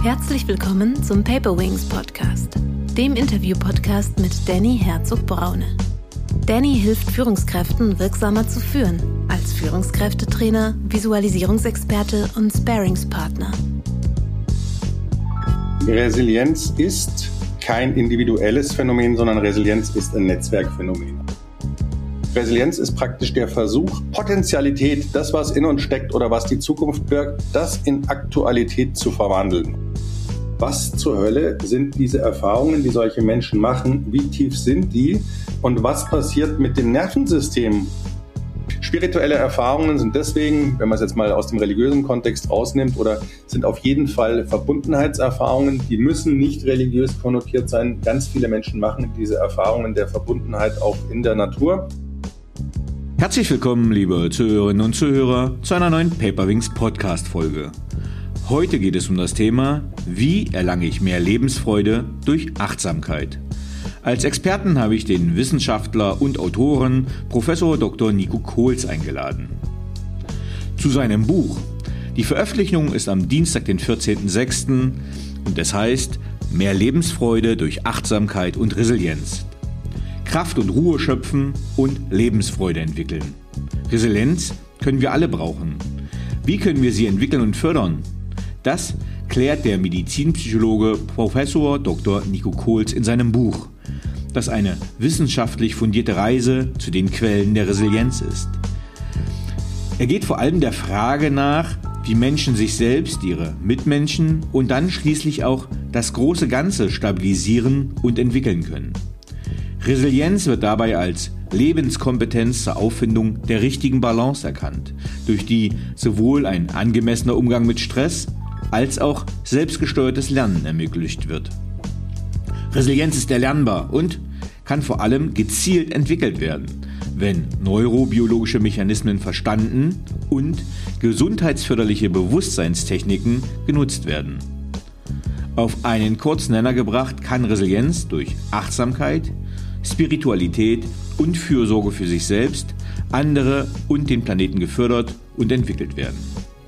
Herzlich willkommen zum Paperwings Podcast, dem Interview-Podcast mit Danny Herzog-Braune. Danny hilft Führungskräften wirksamer zu führen, als Führungskräftetrainer, Visualisierungsexperte und Sparringspartner. Resilienz ist kein individuelles Phänomen, sondern Resilienz ist ein Netzwerkphänomen. Resilienz ist praktisch der Versuch, Potentialität, das, was in uns steckt oder was die Zukunft birgt, das in Aktualität zu verwandeln. Was zur Hölle sind diese Erfahrungen, die solche Menschen machen? Wie tief sind die? Und was passiert mit dem Nervensystem? Spirituelle Erfahrungen sind deswegen, wenn man es jetzt mal aus dem religiösen Kontext rausnimmt, oder sind auf jeden Fall Verbundenheitserfahrungen, die müssen nicht religiös konnotiert sein. Ganz viele Menschen machen diese Erfahrungen der Verbundenheit auch in der Natur. Herzlich willkommen, liebe Zuhörerinnen und Zuhörer, zu einer neuen Paperwings Podcast-Folge. Heute geht es um das Thema, wie erlange ich mehr Lebensfreude durch Achtsamkeit. Als Experten habe ich den Wissenschaftler und Autoren Professor Dr. Nico Kohls eingeladen. Zu seinem Buch. Die Veröffentlichung ist am Dienstag, den 14.06. und es heißt Mehr Lebensfreude durch Achtsamkeit und Resilienz. Kraft und Ruhe schöpfen und Lebensfreude entwickeln. Resilienz können wir alle brauchen. Wie können wir sie entwickeln und fördern? Das klärt der Medizinpsychologe Professor Dr. Nico Kohls in seinem Buch, das eine wissenschaftlich fundierte Reise zu den Quellen der Resilienz ist. Er geht vor allem der Frage nach, wie Menschen sich selbst, ihre Mitmenschen und dann schließlich auch das große Ganze stabilisieren und entwickeln können. Resilienz wird dabei als Lebenskompetenz zur Auffindung der richtigen Balance erkannt, durch die sowohl ein angemessener Umgang mit Stress als auch selbstgesteuertes Lernen ermöglicht wird. Resilienz ist erlernbar und kann vor allem gezielt entwickelt werden, wenn neurobiologische Mechanismen verstanden und gesundheitsförderliche Bewusstseinstechniken genutzt werden. Auf einen kurzen Nenner gebracht kann Resilienz durch Achtsamkeit, Spiritualität und Fürsorge für sich selbst, andere und den Planeten gefördert und entwickelt werden.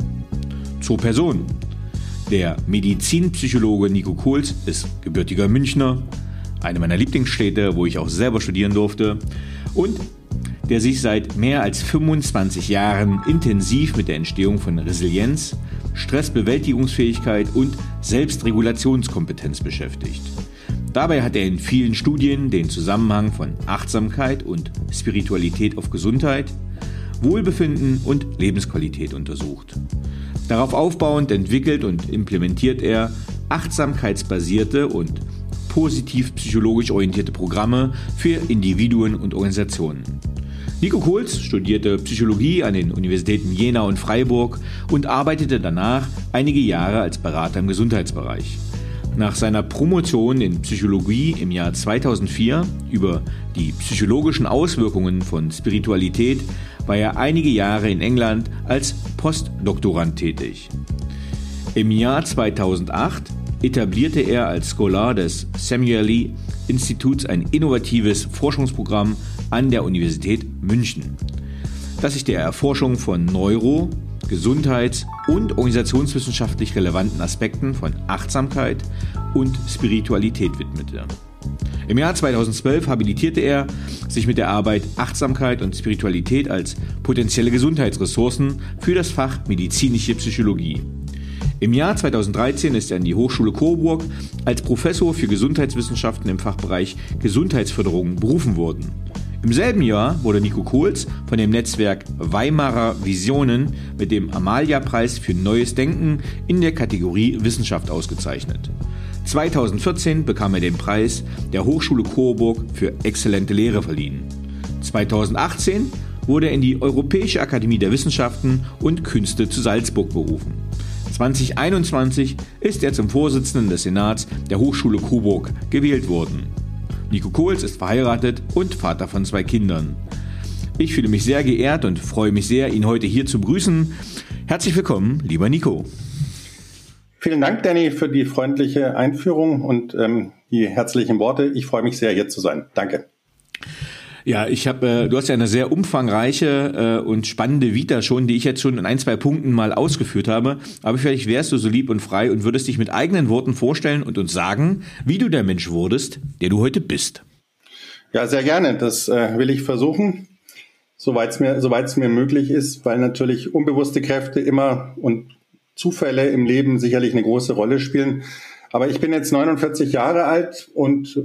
Zur Person. Der Medizinpsychologe Nico Kohls ist gebürtiger Münchner, eine meiner Lieblingsstädte, wo ich auch selber studieren durfte, und der sich seit mehr als 25 Jahren intensiv mit der Entstehung von Resilienz, Stressbewältigungsfähigkeit und Selbstregulationskompetenz beschäftigt. Dabei hat er in vielen Studien den Zusammenhang von Achtsamkeit und Spiritualität auf Gesundheit, Wohlbefinden und Lebensqualität untersucht. Darauf aufbauend entwickelt und implementiert er achtsamkeitsbasierte und positiv psychologisch orientierte Programme für Individuen und Organisationen. Nico Kohls studierte Psychologie an den Universitäten Jena und Freiburg und arbeitete danach einige Jahre als Berater im Gesundheitsbereich. Nach seiner Promotion in Psychologie im Jahr 2004 über die psychologischen Auswirkungen von Spiritualität war er einige Jahre in England als Postdoktorand tätig. Im Jahr 2008 etablierte er als Scholar des Samuel Lee Instituts ein innovatives Forschungsprogramm an der Universität München, das sich der Erforschung von Gesundheits- und organisationswissenschaftlich relevanten Aspekten von Achtsamkeit und Spiritualität widmete. Im Jahr 2012 habilitierte er sich mit der Arbeit Achtsamkeit und Spiritualität als potenzielle Gesundheitsressourcen für das Fach medizinische Psychologie. Im Jahr 2013 ist er an die Hochschule Coburg als Professor für Gesundheitswissenschaften im Fachbereich Gesundheitsförderung berufen worden. Im selben Jahr wurde Nico Kohls von dem Netzwerk Weimarer Visionen mit dem Amalia-Preis für Neues Denken in der Kategorie Wissenschaft ausgezeichnet. 2014 bekam er den Preis der Hochschule Coburg für exzellente Lehre verliehen. 2018 wurde er in die Europäische Akademie der Wissenschaften und Künste zu Salzburg berufen. 2021 ist er zum Vorsitzenden des Senats der Hochschule Coburg gewählt worden. Nico Kohls ist verheiratet und Vater von 2 Kindern. Ich fühle mich sehr geehrt und freue mich sehr, ihn heute hier zu begrüßen. Herzlich willkommen, lieber Nico. Vielen Dank, Danny, für die freundliche Einführung und die herzlichen Worte. Ich freue mich sehr, hier zu sein. Danke. Ja, du hast ja eine sehr umfangreiche und spannende Vita schon, die ich jetzt schon in 1-2 Punkten mal ausgeführt habe. Aber vielleicht wärst du so lieb und frei und würdest dich mit eigenen Worten vorstellen und uns sagen, wie du der Mensch wurdest, der du heute bist. Ja, sehr gerne. Das will ich versuchen, soweit es mir möglich ist, weil natürlich unbewusste Kräfte immer und Zufälle im Leben sicherlich eine große Rolle spielen. Aber ich bin jetzt 49 Jahre alt und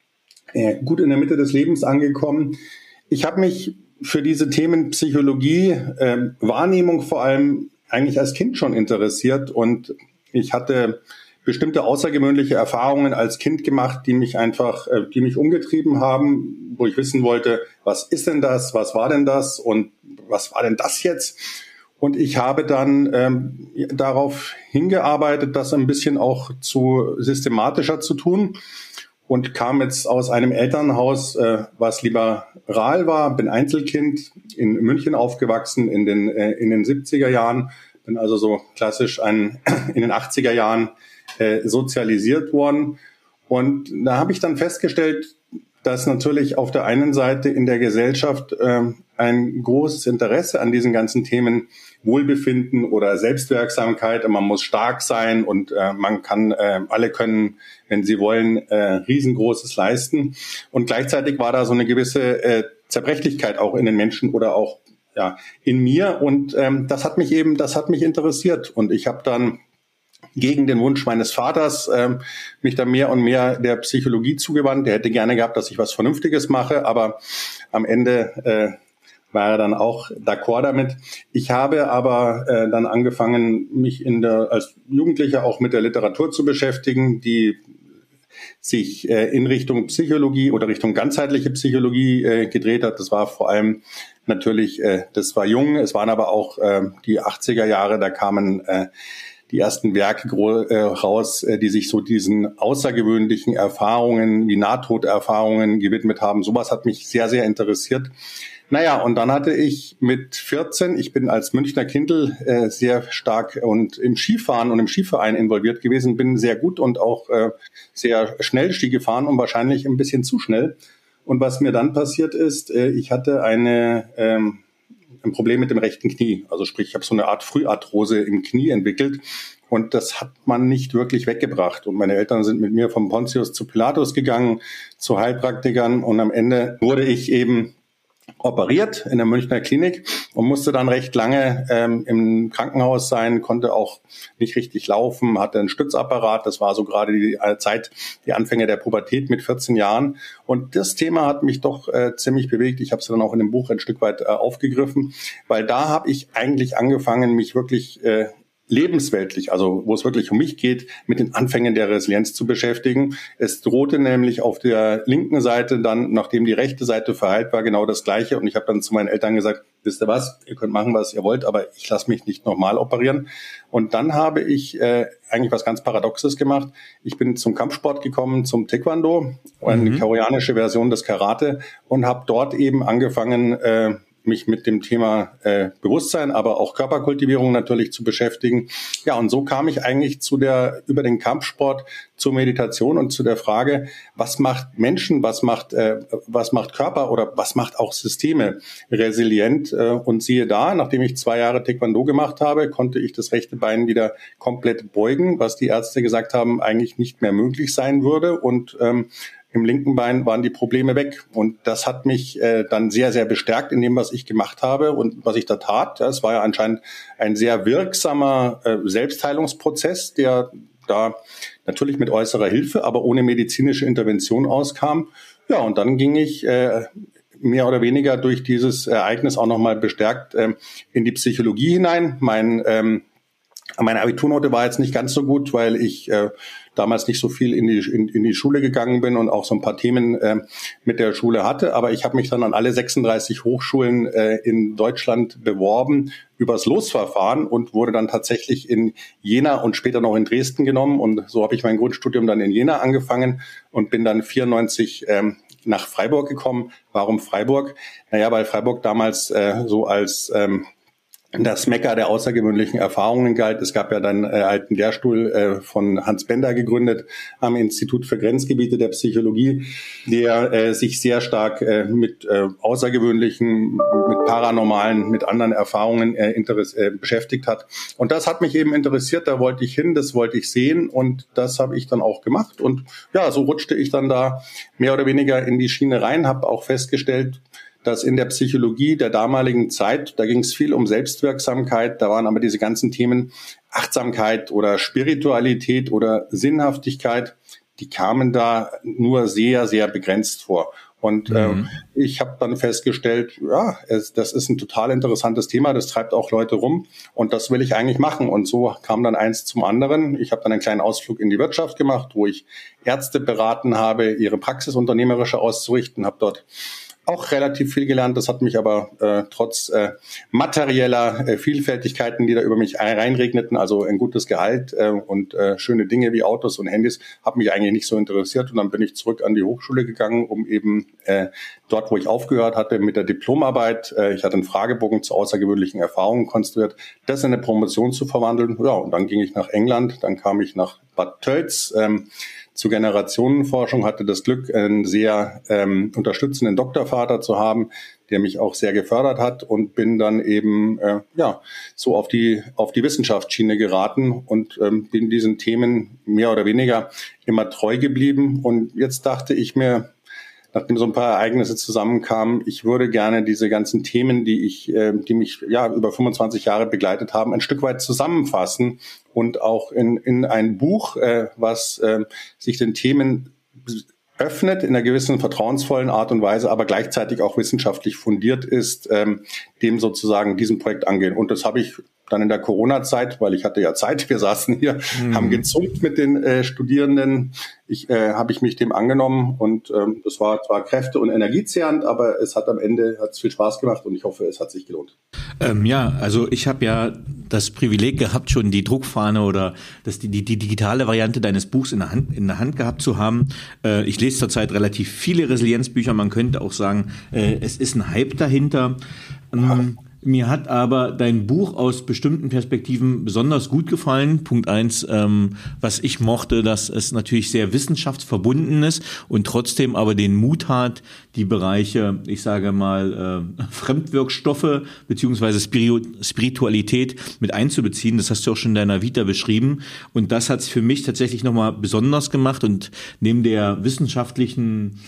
gut in der Mitte des Lebens angekommen. Ich habe mich für diese Themen Psychologie, Wahrnehmung vor allem eigentlich als Kind schon interessiert und ich hatte bestimmte außergewöhnliche Erfahrungen als Kind gemacht, die mich umgetrieben haben, wo ich wissen wollte, was ist denn das, was war denn das und was war denn das jetzt? Und ich habe dann darauf hingearbeitet, das ein bisschen auch systematischer zu tun und kam jetzt aus einem Elternhaus, was liberal war, bin Einzelkind, in München aufgewachsen in den 70er Jahren, bin also so klassisch in den 80er Jahren sozialisiert worden. Und da habe ich dann festgestellt, dass natürlich auf der einen Seite in der Gesellschaft ein großes Interesse an diesen ganzen Themen Wohlbefinden oder Selbstwirksamkeit, man muss stark sein und alle können, wenn sie wollen, riesengroßes leisten. Und gleichzeitig war da so eine gewisse Zerbrechlichkeit auch in den Menschen oder auch in mir. Und das hat mich interessiert. Und ich habe dann gegen den Wunsch meines Vaters mich da mehr und mehr der Psychologie zugewandt. Der hätte gerne gehabt, dass ich was Vernünftiges mache, aber am Ende war er dann auch d'accord damit. Ich habe aber dann angefangen, mich als Jugendlicher auch mit der Literatur zu beschäftigen, die sich in Richtung Psychologie oder Richtung ganzheitliche Psychologie gedreht hat. Das war vor allem natürlich, das war jung, es waren aber auch die 80er Jahre, da kamen die ersten Werke raus, die sich so diesen außergewöhnlichen Erfahrungen wie Nahtoderfahrungen gewidmet haben. Sowas hat mich sehr, sehr interessiert. Naja, und dann hatte ich mit 14, ich bin als Münchner Kindl sehr stark und im Skifahren und im Skiverein involviert gewesen, bin sehr gut und auch sehr schnell Ski gefahren und wahrscheinlich ein bisschen zu schnell. Und was mir dann passiert ist, ich hatte ein Problem mit dem rechten Knie. Also sprich, ich habe so eine Art Früharthrose im Knie entwickelt und das hat man nicht wirklich weggebracht. Und meine Eltern sind mit mir vom Pontius zu Pilatus gegangen, zu Heilpraktikern und am Ende wurde ich eben operiert in der Münchner Klinik und musste dann recht lange im Krankenhaus sein, konnte auch nicht richtig laufen, hatte einen Stützapparat. Das war so gerade die Zeit, die Anfänge der Pubertät mit 14 Jahren. Und das Thema hat mich doch ziemlich bewegt. Ich habe es dann auch in dem Buch ein Stück weit aufgegriffen, weil da habe ich eigentlich angefangen, mich wirklich lebensweltlich, also wo es wirklich um mich geht, mit den Anfängen der Resilienz zu beschäftigen. Es drohte nämlich auf der linken Seite dann, nachdem die rechte Seite verheilt war, genau das Gleiche. Und ich habe dann zu meinen Eltern gesagt, wisst ihr was, ihr könnt machen, was ihr wollt, aber ich lasse mich nicht nochmal operieren. Und dann habe ich eigentlich was ganz Paradoxes gemacht. Ich bin zum Kampfsport gekommen, zum Taekwondo, eine koreanische Version des Karate und habe dort eben angefangen, mich mit dem Thema Bewusstsein, aber auch Körperkultivierung natürlich zu beschäftigen. Ja, und so kam ich eigentlich über den Kampfsport zur Meditation und zu der Frage, was macht Menschen, was macht Körper oder was macht auch Systeme resilient? Und siehe da, nachdem ich 2 Jahre Taekwondo gemacht habe, konnte ich das rechte Bein wieder komplett beugen, was die Ärzte gesagt haben, eigentlich nicht mehr möglich sein würde. Und im linken Bein waren die Probleme weg. Und das hat mich dann sehr, sehr bestärkt in dem, was ich gemacht habe und was ich da tat. Es war ja anscheinend ein sehr wirksamer Selbstheilungsprozess, der da natürlich mit äußerer Hilfe, aber ohne medizinische Intervention auskam. Ja, und dann ging ich mehr oder weniger durch dieses Ereignis auch nochmal bestärkt in die Psychologie hinein. Meine Abiturnote war jetzt nicht ganz so gut, weil ich damals nicht so viel in die Schule gegangen bin und auch so ein paar Themen mit der Schule hatte. Aber ich habe mich dann an alle 36 Hochschulen in Deutschland beworben übers Losverfahren und wurde dann tatsächlich in Jena und später noch in Dresden genommen. Und so habe ich mein Grundstudium dann in Jena angefangen und bin dann 94 nach Freiburg gekommen. Warum Freiburg? Naja, weil Freiburg damals so als das Mekka der außergewöhnlichen Erfahrungen galt. Es gab ja dann einen Lehrstuhl von Hans Bender gegründet am Institut für Grenzgebiete der Psychologie, der sich sehr stark mit außergewöhnlichen, mit paranormalen, mit anderen Erfahrungen beschäftigt hat. Und das hat mich eben interessiert, da wollte ich hin, das wollte ich sehen und das habe ich dann auch gemacht. Und ja, so rutschte ich dann da mehr oder weniger in die Schiene rein, habe auch festgestellt, dass in der Psychologie der damaligen Zeit, da ging es viel um Selbstwirksamkeit, da waren aber diese ganzen Themen Achtsamkeit oder Spiritualität oder Sinnhaftigkeit, die kamen da nur sehr, sehr begrenzt vor. Und ich habe dann festgestellt, ja, das ist ein total interessantes Thema, das treibt auch Leute rum und das will ich eigentlich machen. Und so kam dann eins zum anderen. Ich habe dann einen kleinen Ausflug in die Wirtschaft gemacht, wo ich Ärzte beraten habe, ihre Praxis unternehmerischer auszurichten, habe dort auch relativ viel gelernt. Das hat mich aber trotz materieller Vielfältigkeiten, die da über mich reinregneten, also ein gutes Gehalt und schöne Dinge wie Autos und Handys, hat mich eigentlich nicht so interessiert. Und dann bin ich zurück an die Hochschule gegangen, um eben dort, wo ich aufgehört hatte, mit der Diplomarbeit, ich hatte einen Fragebogen zu außergewöhnlichen Erfahrungen konstruiert, das in eine Promotion zu verwandeln. Ja, und dann ging ich nach England, dann kam ich nach Bad Tölz, zur Generationenforschung, hatte das Glück, einen sehr unterstützenden Doktorvater zu haben, der mich auch sehr gefördert hat und bin dann eben so auf die Wissenschaftsschiene geraten und bin diesen Themen mehr oder weniger immer treu geblieben. Und jetzt dachte ich mir, nachdem so ein paar Ereignisse zusammenkamen, ich würde gerne diese ganzen Themen, die mich über 25 Jahre begleitet haben, ein Stück weit zusammenfassen und auch in ein Buch, was sich den Themen öffnet in einer gewissen vertrauensvollen Art und Weise, aber gleichzeitig auch wissenschaftlich fundiert ist, dem sozusagen diesem Projekt angehen. Und das habe ich dann in der Corona-Zeit, weil ich hatte ja Zeit, wir saßen hier, haben gezunkt mit den Studierenden, habe ich mich dem angenommen und das war zwar kräfte- und energiezehrend, aber es hat am Ende viel Spaß gemacht und ich hoffe, es hat sich gelohnt. Also ich habe ja das Privileg gehabt, schon die Druckfahne oder die digitale Variante deines Buchs in der Hand gehabt zu haben. Ich lese zurzeit relativ viele Resilienzbücher, man könnte auch sagen, es ist ein Hype dahinter. Mir hat aber dein Buch aus bestimmten Perspektiven besonders gut gefallen. Punkt 1, was ich mochte, dass es natürlich sehr wissenschaftsverbunden ist und trotzdem aber den Mut hat, die Bereiche, ich sage mal, Fremdwirkstoffe beziehungsweise Spiritualität mit einzubeziehen. Das hast du auch schon in deiner Vita beschrieben. Und das hat es für mich tatsächlich nochmal besonders gemacht. Und neben der wissenschaftlichen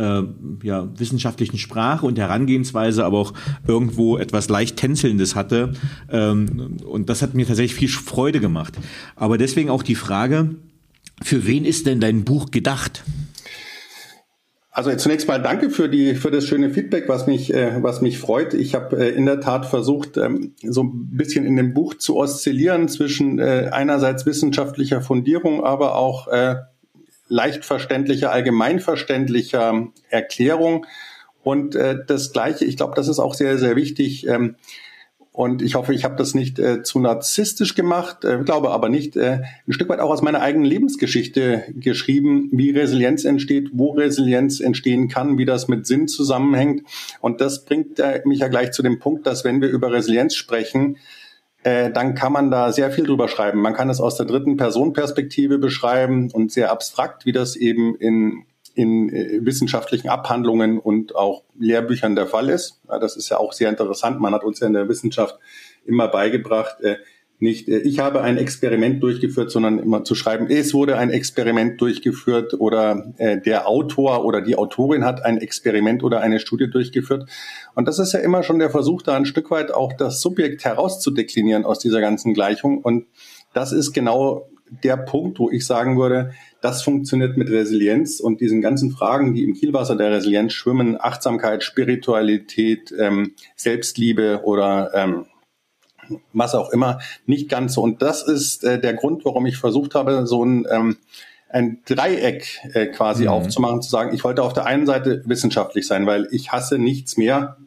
Sprache und Herangehensweise, aber auch irgendwo etwas leicht Tänzelndes hatte. Und das hat mir tatsächlich viel Freude gemacht. Aber deswegen auch die Frage, für wen ist denn dein Buch gedacht? Also zunächst mal danke für das schöne Feedback, was mich freut. Ich habe in der Tat versucht, so ein bisschen in dem Buch zu oszillieren zwischen einerseits wissenschaftlicher Fundierung, aber auch leicht verständlicher, allgemeinverständlicher Erklärung. Und das Gleiche, ich glaube, das ist auch sehr, sehr wichtig. Und ich hoffe, ich habe das nicht zu narzisstisch gemacht, glaube aber nicht. Ein Stück weit auch aus meiner eigenen Lebensgeschichte geschrieben, wie Resilienz entsteht, wo Resilienz entstehen kann, wie das mit Sinn zusammenhängt. Und das bringt mich ja gleich zu dem Punkt, dass wenn wir über Resilienz sprechen, dann kann man da sehr viel drüber schreiben. Man kann es aus der Dritten-Person-Perspektive beschreiben und sehr abstrakt, wie das eben in wissenschaftlichen Abhandlungen und auch Lehrbüchern der Fall ist. Ja, das ist ja auch sehr interessant. Man hat uns ja in der Wissenschaft immer beigebracht, nicht ich habe ein Experiment durchgeführt, sondern immer zu schreiben, es wurde ein Experiment durchgeführt oder der Autor oder die Autorin hat ein Experiment oder eine Studie durchgeführt. Und das ist ja immer schon der Versuch, da ein Stück weit auch das Subjekt herauszudeklinieren aus dieser ganzen Gleichung. Und das ist genau der Punkt, wo ich sagen würde, das funktioniert mit Resilienz und diesen ganzen Fragen, die im Kielwasser der Resilienz schwimmen, Achtsamkeit, Spiritualität, Selbstliebe oder was auch immer, nicht ganz so. Und das ist der Grund, warum ich versucht habe, so ein Dreieck quasi aufzumachen, zu sagen, ich wollte auf der einen Seite wissenschaftlich sein, weil ich hasse nichts mehr,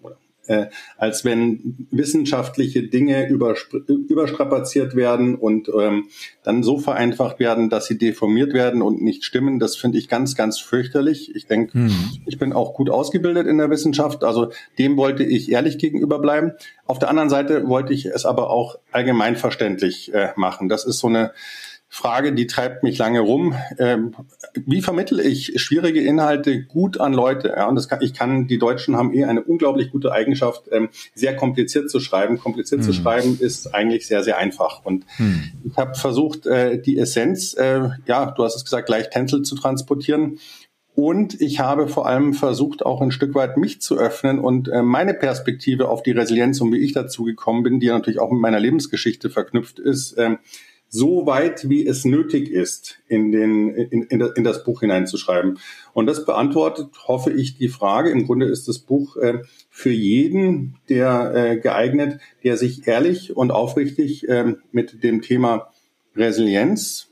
als wenn wissenschaftliche Dinge überstrapaziert werden und dann so vereinfacht werden, dass sie deformiert werden und nicht stimmen. Das finde ich ganz, ganz fürchterlich. Ich denke, ich bin auch gut ausgebildet in der Wissenschaft, also dem wollte ich ehrlich gegenüber bleiben. Auf der anderen Seite wollte ich es aber auch allgemeinverständlich machen. Das ist so eine Frage, die treibt mich lange rum. Wie vermittle ich schwierige Inhalte gut an Leute? Ja, und die Deutschen haben eine unglaublich gute Eigenschaft, sehr kompliziert zu schreiben. Kompliziert zu schreiben ist eigentlich sehr, sehr einfach. Und ich habe versucht, die Essenz, du hast es gesagt, leicht tänzelnd zu transportieren. Und ich habe vor allem versucht, auch ein Stück weit mich zu öffnen und meine Perspektive auf die Resilienz und wie ich dazu gekommen bin, die natürlich auch mit meiner Lebensgeschichte verknüpft ist, so weit, wie es nötig ist, in das Buch hineinzuschreiben. Und das beantwortet, hoffe ich, die Frage. Im Grunde ist das Buch für jeden, der geeignet, der sich ehrlich und aufrichtig mit dem Thema Resilienz,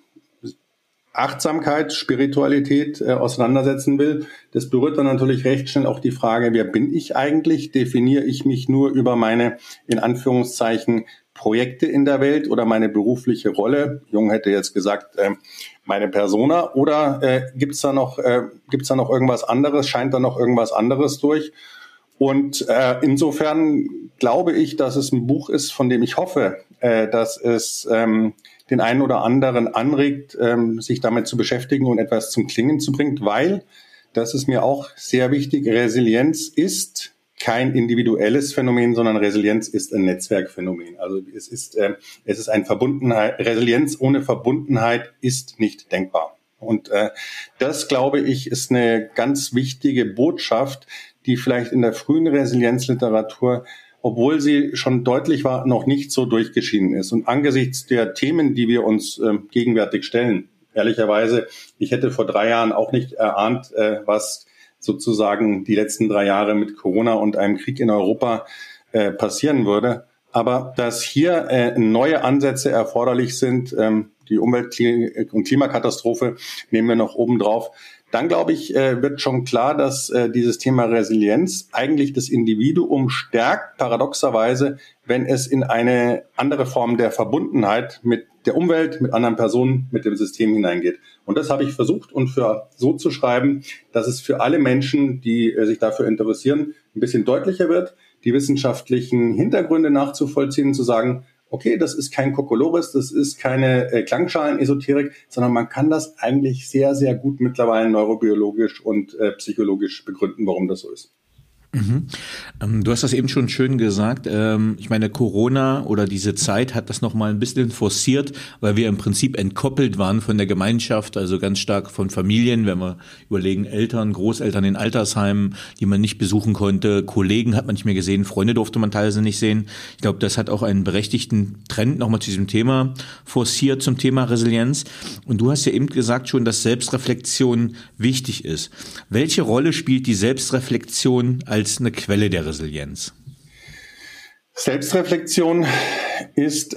Achtsamkeit, Spiritualität auseinandersetzen will. Das berührt dann natürlich recht schnell auch die Frage, wer bin ich eigentlich? Definiere ich mich nur über meine, in Anführungszeichen, Projekte in der Welt oder meine berufliche Rolle? Jung hätte jetzt gesagt, meine Persona. Oder gibt's da noch irgendwas anderes? Scheint da noch irgendwas anderes durch? Und insofern glaube ich, dass es ein Buch ist, von dem ich hoffe, dass es den einen oder anderen anregt, sich damit zu beschäftigen und etwas zum Klingen zu bringen, weil, das ist mir auch sehr wichtig, Resilienz ist kein individuelles Phänomen, sondern Resilienz ist ein Netzwerkphänomen. Also es ist ein Verbundenheit. Resilienz ohne Verbundenheit ist nicht denkbar. Und das, glaube ich, ist eine ganz wichtige Botschaft, die vielleicht in der frühen Resilienzliteratur, obwohl sie schon deutlich war, noch nicht so durchgeschieden ist. Und angesichts der Themen, die wir uns gegenwärtig stellen, ehrlicherweise, ich hätte vor 3 Jahren auch nicht erahnt, was sozusagen die letzten 3 Jahre mit Corona und einem Krieg in Europa passieren würde. Aber dass hier neue Ansätze erforderlich sind, die Umwelt- und Klimakatastrophe nehmen wir noch oben drauf, dann glaube ich, wird schon klar, dass dieses Thema Resilienz eigentlich das Individuum stärkt, paradoxerweise, wenn es in eine andere Form der Verbundenheit mit der Umwelt, mit anderen Personen, mit dem System hineingeht. Und das habe ich versucht und so zu schreiben, dass es für alle Menschen, die sich dafür interessieren, ein bisschen deutlicher wird, die wissenschaftlichen Hintergründe nachzuvollziehen, zu sagen, okay, das ist kein Kokolores, das ist keine Klangschalen-Esoterik, sondern man kann das eigentlich sehr, sehr gut mittlerweile neurobiologisch und psychologisch begründen, warum das so ist. Du hast das eben schon schön gesagt. Ich meine, Corona oder diese Zeit hat das nochmal ein bisschen forciert, weil wir im Prinzip entkoppelt waren von der Gemeinschaft, also ganz stark von Familien, wenn wir überlegen, Eltern, Großeltern in Altersheimen, die man nicht besuchen konnte, Kollegen hat man nicht mehr gesehen, Freunde durfte man teilweise nicht sehen. Ich glaube, das hat auch einen berechtigten Trend nochmal zu diesem Thema forciert, zum Thema Resilienz. Und du hast ja eben gesagt schon, dass Selbstreflexion wichtig ist. Welche Rolle spielt die Selbstreflexion als eine Quelle der Resilienz? Selbstreflexion ist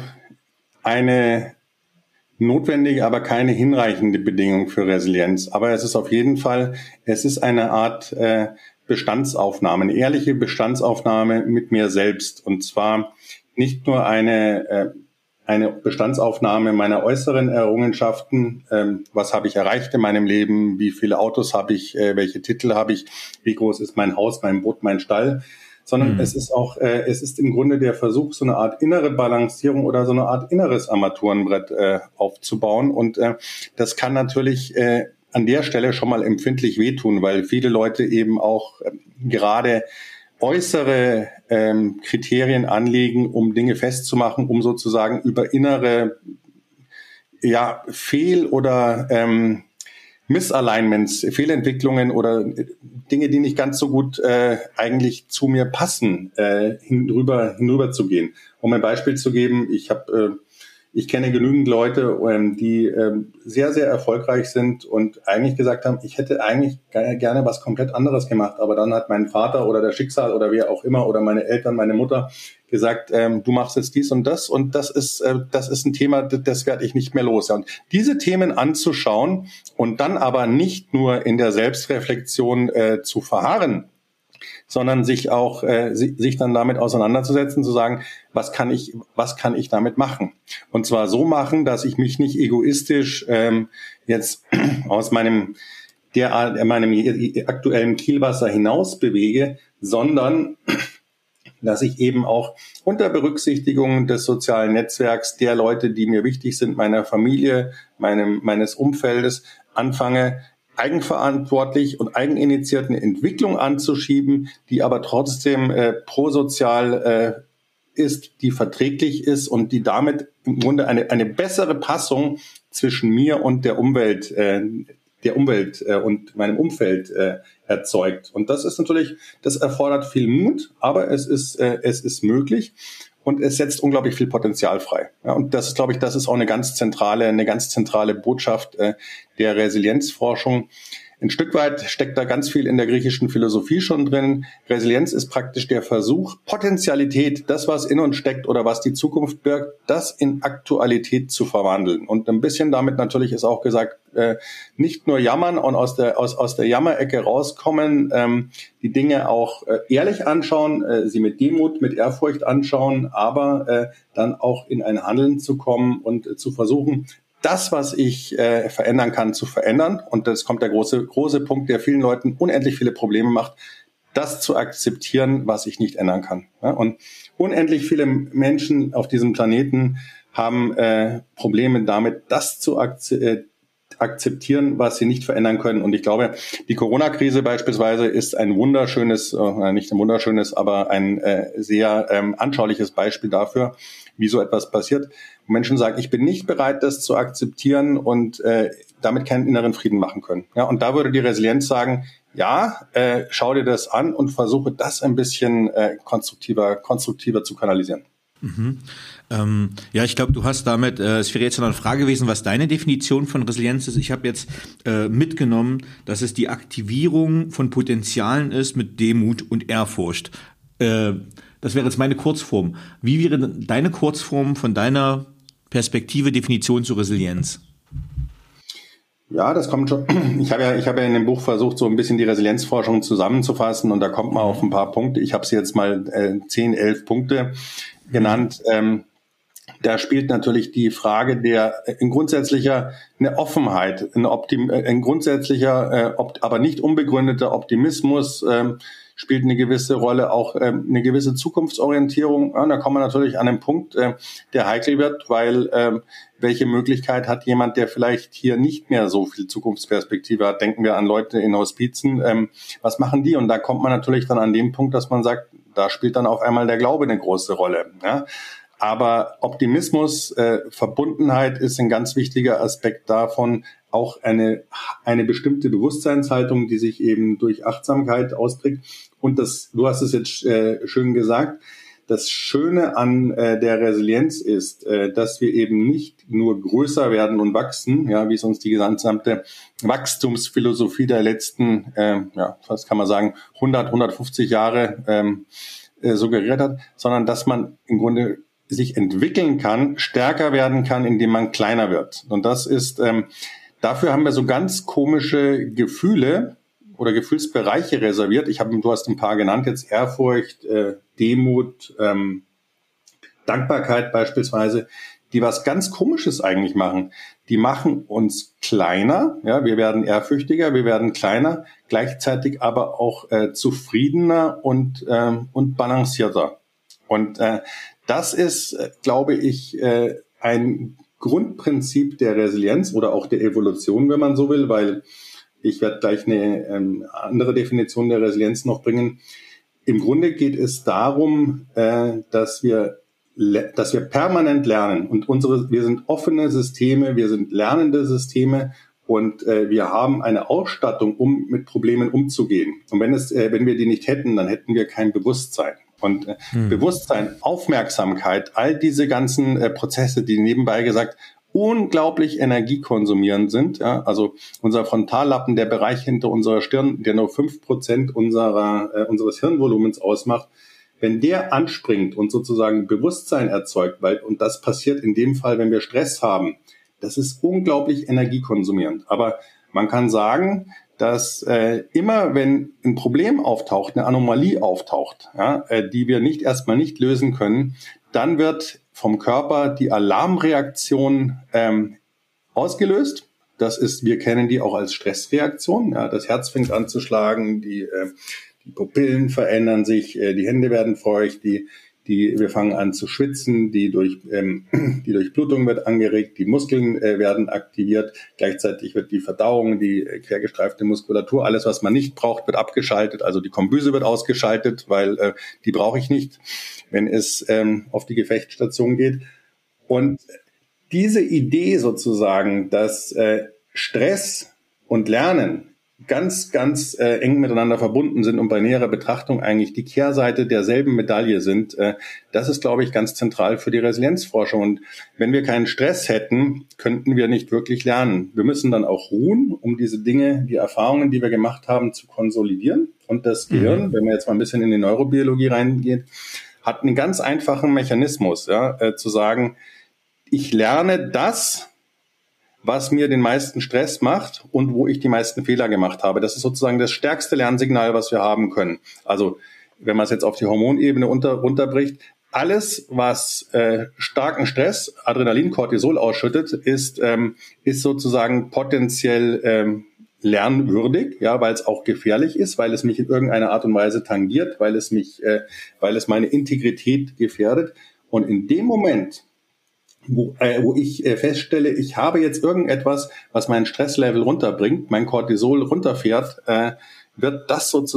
eine notwendige, aber keine hinreichende Bedingung für Resilienz. Aber es ist auf jeden Fall, es ist eine Art Bestandsaufnahme, eine ehrliche Bestandsaufnahme mit mir selbst. Und zwar nicht nur eine Bestandsaufnahme meiner äußeren Errungenschaften, was habe ich erreicht in meinem Leben, wie viele Autos habe ich, welche Titel habe ich, wie groß ist mein Haus, mein Boot, mein Stall, sondern es ist im Grunde der Versuch, so eine Art innere Balancierung oder so eine Art inneres Armaturenbrett aufzubauen. Und das kann natürlich an der Stelle schon mal empfindlich wehtun, weil viele Leute eben auch gerade äußere Kriterien anlegen, um Dinge festzumachen, um sozusagen über innere Fehl- oder Misalignments, Fehlentwicklungen oder Dinge, die nicht ganz so gut eigentlich zu mir passen, hinüber zu gehen. Um ein Beispiel zu geben, ich kenne genügend Leute, die sehr, sehr erfolgreich sind und eigentlich gesagt haben, ich hätte eigentlich gerne was komplett anderes gemacht, aber dann hat mein Vater oder das Schicksal oder wer auch immer oder meine Eltern, meine Mutter gesagt, du machst jetzt dies und das ist ein Thema, das werde ich nicht mehr los. Und diese Themen anzuschauen und dann aber nicht nur in der Selbstreflexion zu verharren, sondern sich auch sich dann damit auseinanderzusetzen, zu sagen, was kann ich damit machen? Und zwar so machen, dass ich mich nicht egoistisch jetzt aus meinem aktuellen Kielwasser hinaus bewege, sondern dass ich eben auch unter Berücksichtigung des sozialen Netzwerks der Leute, die mir wichtig sind, meiner Familie, meines Umfeldes, anfange, eigenverantwortlich und eigeninitiiert eine Entwicklung anzuschieben, die aber trotzdem prosozial ist, die verträglich ist und die damit im Grunde eine bessere Passung zwischen mir und der Umwelt und meinem Umfeld erzeugt. Und das ist natürlich, das erfordert viel Mut, aber es ist möglich und es setzt unglaublich viel Potenzial frei. Ja, und das ist, glaube ich, das ist auch eine ganz zentrale Botschaft der Resilienzforschung. Ein Stück weit steckt da ganz viel in der griechischen Philosophie schon drin. Resilienz ist praktisch der Versuch, Potentialität, das, was in uns steckt oder was die Zukunft birgt, das in Aktualität zu verwandeln. Und ein bisschen damit natürlich ist auch gesagt, nicht nur jammern und aus der Jammerecke rauskommen, die Dinge auch ehrlich anschauen, sie mit Demut, mit Ehrfurcht anschauen, aber dann auch in ein Handeln zu kommen und zu versuchen, das, was ich verändern kann, zu verändern. Und das kommt der große Punkt, der vielen Leuten unendlich viele Probleme macht, das zu akzeptieren, was ich nicht ändern kann. Ja, und unendlich viele Menschen auf diesem Planeten haben Probleme damit, das zu akzeptieren, was sie nicht verändern können. Und ich glaube, die Corona-Krise beispielsweise ist ein wunderschönes, nicht ein wunderschönes, aber ein sehr anschauliches Beispiel dafür, wie so etwas passiert. Wo Menschen sagen, ich bin nicht bereit, das zu akzeptieren und damit keinen inneren Frieden machen können. Ja, und da würde die Resilienz sagen, ja, schau dir das an und versuche das ein bisschen konstruktiver zu kanalisieren. Mhm. Ja, ich glaube, du hast damit, es wäre jetzt noch eine Frage gewesen, was deine Definition von Resilienz ist. Ich habe jetzt mitgenommen, dass es die Aktivierung von Potenzialen ist mit Demut und Ehrfurcht. Das wäre jetzt meine Kurzform. Wie wäre deine Kurzform von deiner Perspektive, Definition zur Resilienz? Ja, das kommt schon. Ich habe ja in dem Buch versucht, so ein bisschen die Resilienzforschung zusammenzufassen und da kommt man auf ein paar Punkte. Ich habe sie jetzt mal 10, 11 Punkte genannt. Da spielt natürlich die Frage eine Offenheit, ein grundsätzlicher, aber nicht unbegründeter Optimismus spielt eine gewisse Rolle, auch eine gewisse Zukunftsorientierung. Ja, da kommen wir natürlich an einen Punkt, der heikel wird, weil welche Möglichkeit hat jemand, der vielleicht hier nicht mehr so viel Zukunftsperspektive hat? Denken wir an Leute in Hospizen. Was machen die? Und da kommt man natürlich dann an den Punkt, dass man sagt, da spielt dann auf einmal der Glaube eine große Rolle. Ja? Aber Optimismus, Verbundenheit ist ein ganz wichtiger Aspekt davon, auch eine bestimmte Bewusstseinshaltung, die sich eben durch Achtsamkeit ausprägt. Und du hast es jetzt schön gesagt, das Schöne an der Resilienz ist, dass wir eben nicht nur größer werden und wachsen, ja, wie es uns die gesamte Wachstumsphilosophie der letzten, was kann man sagen, 150 Jahre suggeriert hat, sondern dass man im Grunde sich entwickeln kann, stärker werden kann, indem man kleiner wird. Und das ist, dafür haben wir so ganz komische Gefühle oder Gefühlsbereiche reserviert. Du hast ein paar genannt jetzt, Ehrfurcht, Demut, Dankbarkeit beispielsweise, die was ganz Komisches eigentlich machen. Die machen uns kleiner, ja, wir werden ehrfürchtiger, wir werden kleiner, gleichzeitig aber auch zufriedener und balancierter. Und das ist, glaube ich, ein Grundprinzip der Resilienz oder auch der Evolution, wenn man so will, weil ich werde gleich eine andere Definition der Resilienz noch bringen. Im Grunde geht es darum, dass wir permanent lernen und wir sind offene Systeme, wir sind lernende Systeme und wir haben eine Ausstattung, um mit Problemen umzugehen. Und wenn wir die nicht hätten, dann hätten wir kein Bewusstsein. Und Bewusstsein, Aufmerksamkeit, all diese ganzen Prozesse, die nebenbei gesagt unglaublich energiekonsumierend sind. Ja? Also unser Frontallappen, der Bereich hinter unserer Stirn, der nur 5% unseres Hirnvolumens ausmacht, wenn der anspringt und sozusagen Bewusstsein erzeugt, und das passiert in dem Fall, wenn wir Stress haben, das ist unglaublich energiekonsumierend. Aber man kann sagen, dass immer wenn ein Problem auftaucht, eine Anomalie auftaucht, ja, die wir erstmal nicht lösen können, dann wird vom Körper die Alarmreaktion ausgelöst. Wir kennen die auch als Stressreaktion. Ja, das Herz fängt an zu schlagen, die Pupillen verändern sich, die Hände werden feucht, wir fangen an zu schwitzen, die Durchblutung wird angeregt, die Muskeln werden aktiviert, gleichzeitig wird die Verdauung, die quergestreifte Muskulatur, alles, was man nicht braucht, wird abgeschaltet, also die Kombüse wird ausgeschaltet, weil die brauche ich nicht, wenn es auf die Gefechtsstation geht. Und diese Idee sozusagen, dass Stress und Lernen ganz, ganz eng miteinander verbunden sind und bei näherer Betrachtung eigentlich die Kehrseite derselben Medaille sind, das ist, glaube ich, ganz zentral für die Resilienzforschung. Und wenn wir keinen Stress hätten, könnten wir nicht wirklich lernen. Wir müssen dann auch ruhen, um diese Dinge, die Erfahrungen, die wir gemacht haben, zu konsolidieren. Und das Gehirn, wenn man jetzt mal ein bisschen in die Neurobiologie reingeht, hat einen ganz einfachen Mechanismus, zu sagen, ich lerne das, was mir den meisten Stress macht und wo ich die meisten Fehler gemacht habe. Das ist sozusagen das stärkste Lernsignal, was wir haben können. Also wenn man es jetzt auf die Hormonebene runterbricht, alles, was starken Stress, Adrenalin, Cortisol ausschüttet, ist sozusagen potenziell lernwürdig, ja, weil es auch gefährlich ist, weil es mich in irgendeiner Art und Weise tangiert, weil es meine Integrität gefährdet. Und in dem Moment, wo ich feststelle, ich habe jetzt irgendetwas, was mein Stresslevel runterbringt, mein Cortisol runterfährt, wird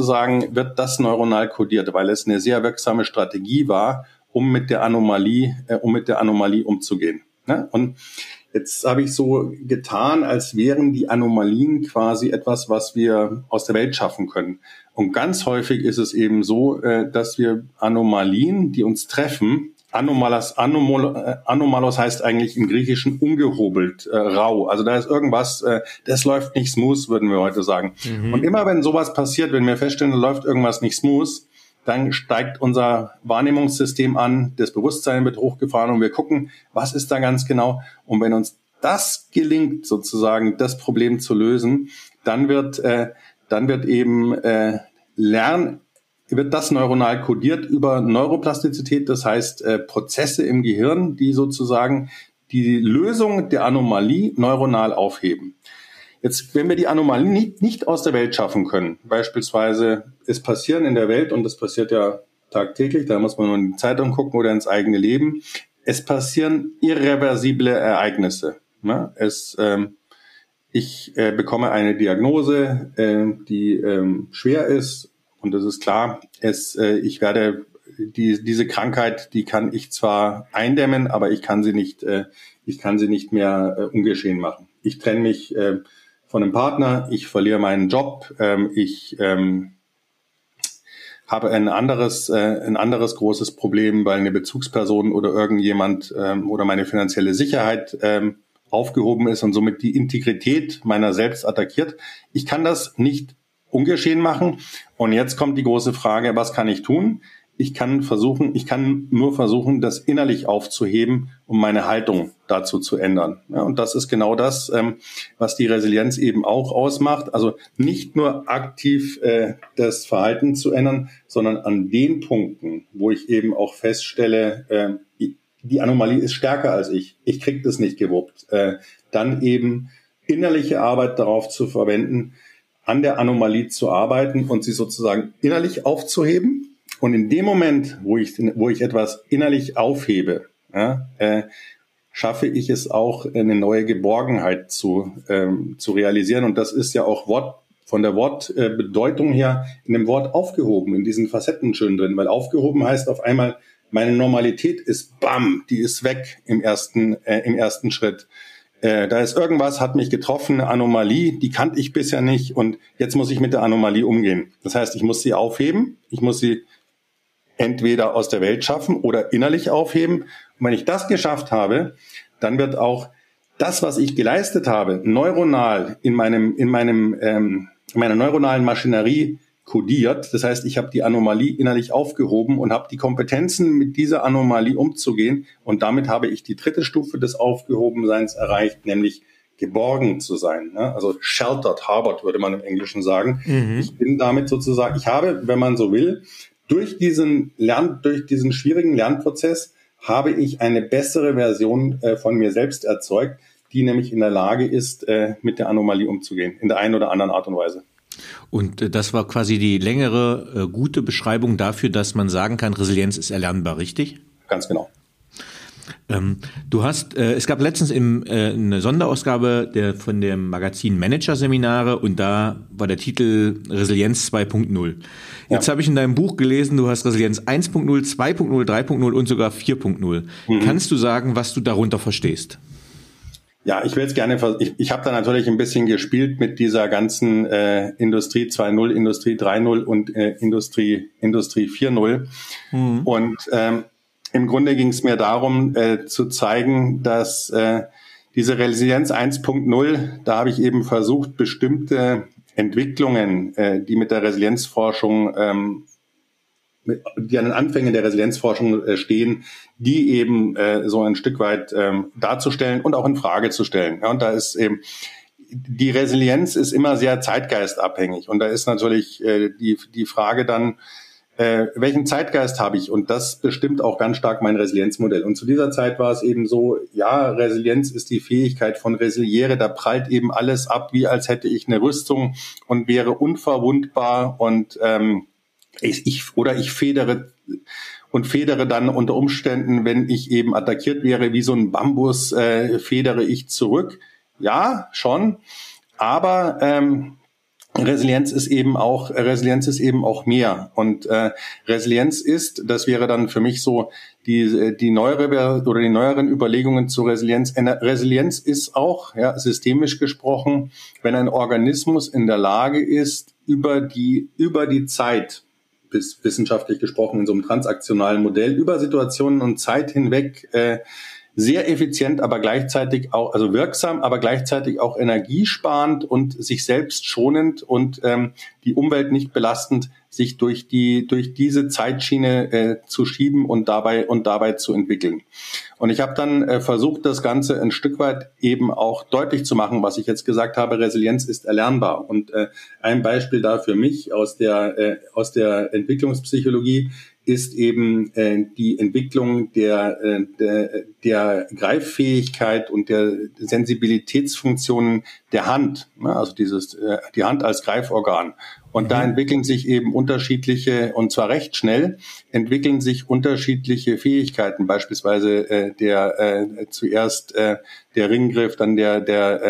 das neuronal kodiert, weil es eine sehr wirksame Strategie war, um mit der Anomalie umzugehen. Ne? Und jetzt habe ich so getan, als wären die Anomalien quasi etwas, was wir aus der Welt schaffen können. Und ganz häufig ist es eben so, dass wir Anomalien, die uns treffen, Anomalos heißt eigentlich im Griechischen ungehobelt, rau. Also da ist irgendwas, das läuft nicht smooth, würden wir heute sagen. Und immer wenn sowas passiert, wenn wir feststellen, da läuft irgendwas nicht smooth, dann steigt unser Wahrnehmungssystem an, das Bewusstsein wird hochgefahren und wir gucken, was ist da ganz genau. Und wenn uns das gelingt, sozusagen das Problem zu lösen, dann wird eben wird das neuronal kodiert über Neuroplastizität, das heißt Prozesse im Gehirn, die sozusagen die Lösung der Anomalie neuronal aufheben. Jetzt, wenn wir die Anomalie nicht aus der Welt schaffen können, beispielsweise es passieren in der Welt, und das passiert ja tagtäglich, da muss man nur in die Zeitung gucken oder ins eigene Leben, es passieren irreversible Ereignisse. Ne? Ich bekomme eine Diagnose, die schwer ist, und das ist klar, diese Krankheit, die kann ich zwar eindämmen, aber ich kann sie nicht mehr ungeschehen machen. Ich trenne mich von einem Partner, ich verliere meinen Job, ich habe ein anderes großes Problem, weil eine Bezugsperson oder irgendjemand oder meine finanzielle Sicherheit aufgehoben ist und somit die Integrität meiner selbst attackiert. Ich kann das nicht ungeschehen machen. Und jetzt kommt die große Frage, was kann ich tun? Ich kann nur versuchen, das innerlich aufzuheben, um meine Haltung dazu zu ändern. Ja, und das ist genau das, was die Resilienz eben auch ausmacht. Also nicht nur aktiv das Verhalten zu ändern, sondern an den Punkten, wo ich eben auch feststelle, die Anomalie ist stärker als ich. Ich kriege das nicht gewuppt. Dann eben innerliche Arbeit darauf zu verwenden, an der Anomalie zu arbeiten und sie sozusagen innerlich aufzuheben. Und in dem Moment, wo ich etwas innerlich aufhebe, schaffe ich es auch, eine neue Geborgenheit zu realisieren. Und das ist ja auch von der Wortbedeutung her in dem Wort aufgehoben, in diesen Facetten schön drin. Weil aufgehoben heißt auf einmal, meine Normalität ist die ist weg im ersten Schritt. Da ist irgendwas, hat mich getroffen, eine Anomalie, die kannte ich bisher nicht und jetzt muss ich mit der Anomalie umgehen. Das heißt, ich muss sie aufheben, ich muss sie entweder aus der Welt schaffen oder innerlich aufheben. Und wenn ich das geschafft habe, dann wird auch das, was ich geleistet habe, neuronal in meiner neuronalen Maschinerie kodiert. Das heißt, ich habe die Anomalie innerlich aufgehoben und habe die Kompetenzen, mit dieser Anomalie umzugehen. Und damit habe ich die dritte Stufe des Aufgehobenseins erreicht, nämlich geborgen zu sein. Ne? Also sheltered, harbored würde man im Englischen sagen. Ich bin damit sozusagen, ich habe, wenn man so will, durch diesen schwierigen Lernprozess habe ich eine bessere Version von mir selbst erzeugt, die nämlich in der Lage ist, mit der Anomalie umzugehen, in der einen oder anderen Art und Weise. Und das war quasi die längere, gute Beschreibung dafür, dass man sagen kann, Resilienz ist erlernbar, richtig? Ganz genau. Du hast, es gab letztens eine Sonderausgabe von dem Magazin Manager-Seminare und da war der Titel Resilienz 2.0. Jetzt habe ich in deinem Buch gelesen, du hast Resilienz 1.0, 2.0, 3.0 und sogar 4.0. Kannst du sagen, was du darunter verstehst? Ja, ich will jetzt gerne, ich habe da natürlich ein bisschen gespielt mit dieser ganzen Industrie 2.0, Industrie 3.0 und Industrie 4.0 und im Grunde ging es mir darum, zu zeigen, dass diese Resilienz 1.0, da habe ich eben versucht, bestimmte Entwicklungen, die mit der Resilienzforschung, die an den Anfängen der Resilienzforschung stehen, die eben so ein Stück weit darzustellen und auch in Frage zu stellen. Ja, und da ist eben die Resilienz ist immer sehr zeitgeistabhängig und da ist natürlich die Frage dann, welchen Zeitgeist habe ich? Und das bestimmt auch ganz stark mein Resilienzmodell. Und zu dieser Zeit war es eben so, ja, Resilienz ist die Fähigkeit von Resiliere, da prallt eben alles ab, wie als hätte ich eine Rüstung und wäre unverwundbar und ich federe dann unter Umständen, wenn ich eben attackiert wäre, wie so ein Bambus, federe ich zurück. Ja, schon, aber Resilienz ist eben auch mehr und Resilienz ist, das wäre dann für mich so die neueren Überlegungen zu Resilienz. Resilienz ist auch, ja, systemisch gesprochen, wenn ein Organismus in der Lage ist, über die Zeit, bis wissenschaftlich gesprochen in so einem transaktionalen Modell, über Situationen und Zeit hinweg sehr effizient, aber gleichzeitig auch, also wirksam, aber gleichzeitig auch energiesparend und sich selbst schonend und die Umwelt nicht belastend, sich durch diese Zeitschiene zu schieben und dabei zu entwickeln. Und ich habe dann versucht, das Ganze ein Stück weit eben auch deutlich zu machen, was ich jetzt gesagt habe, Resilienz ist erlernbar. Und ein Beispiel da für mich aus der Entwicklungspsychologie ist eben die Entwicklung der Greiffähigkeit und der Sensibilitätsfunktionen der Hand, ne? Also die Hand als Greiforgan. Und da entwickeln sich eben unterschiedliche, und zwar recht schnell, entwickeln sich unterschiedliche Fähigkeiten, beispielsweise zuerst der Ringgriff, dann der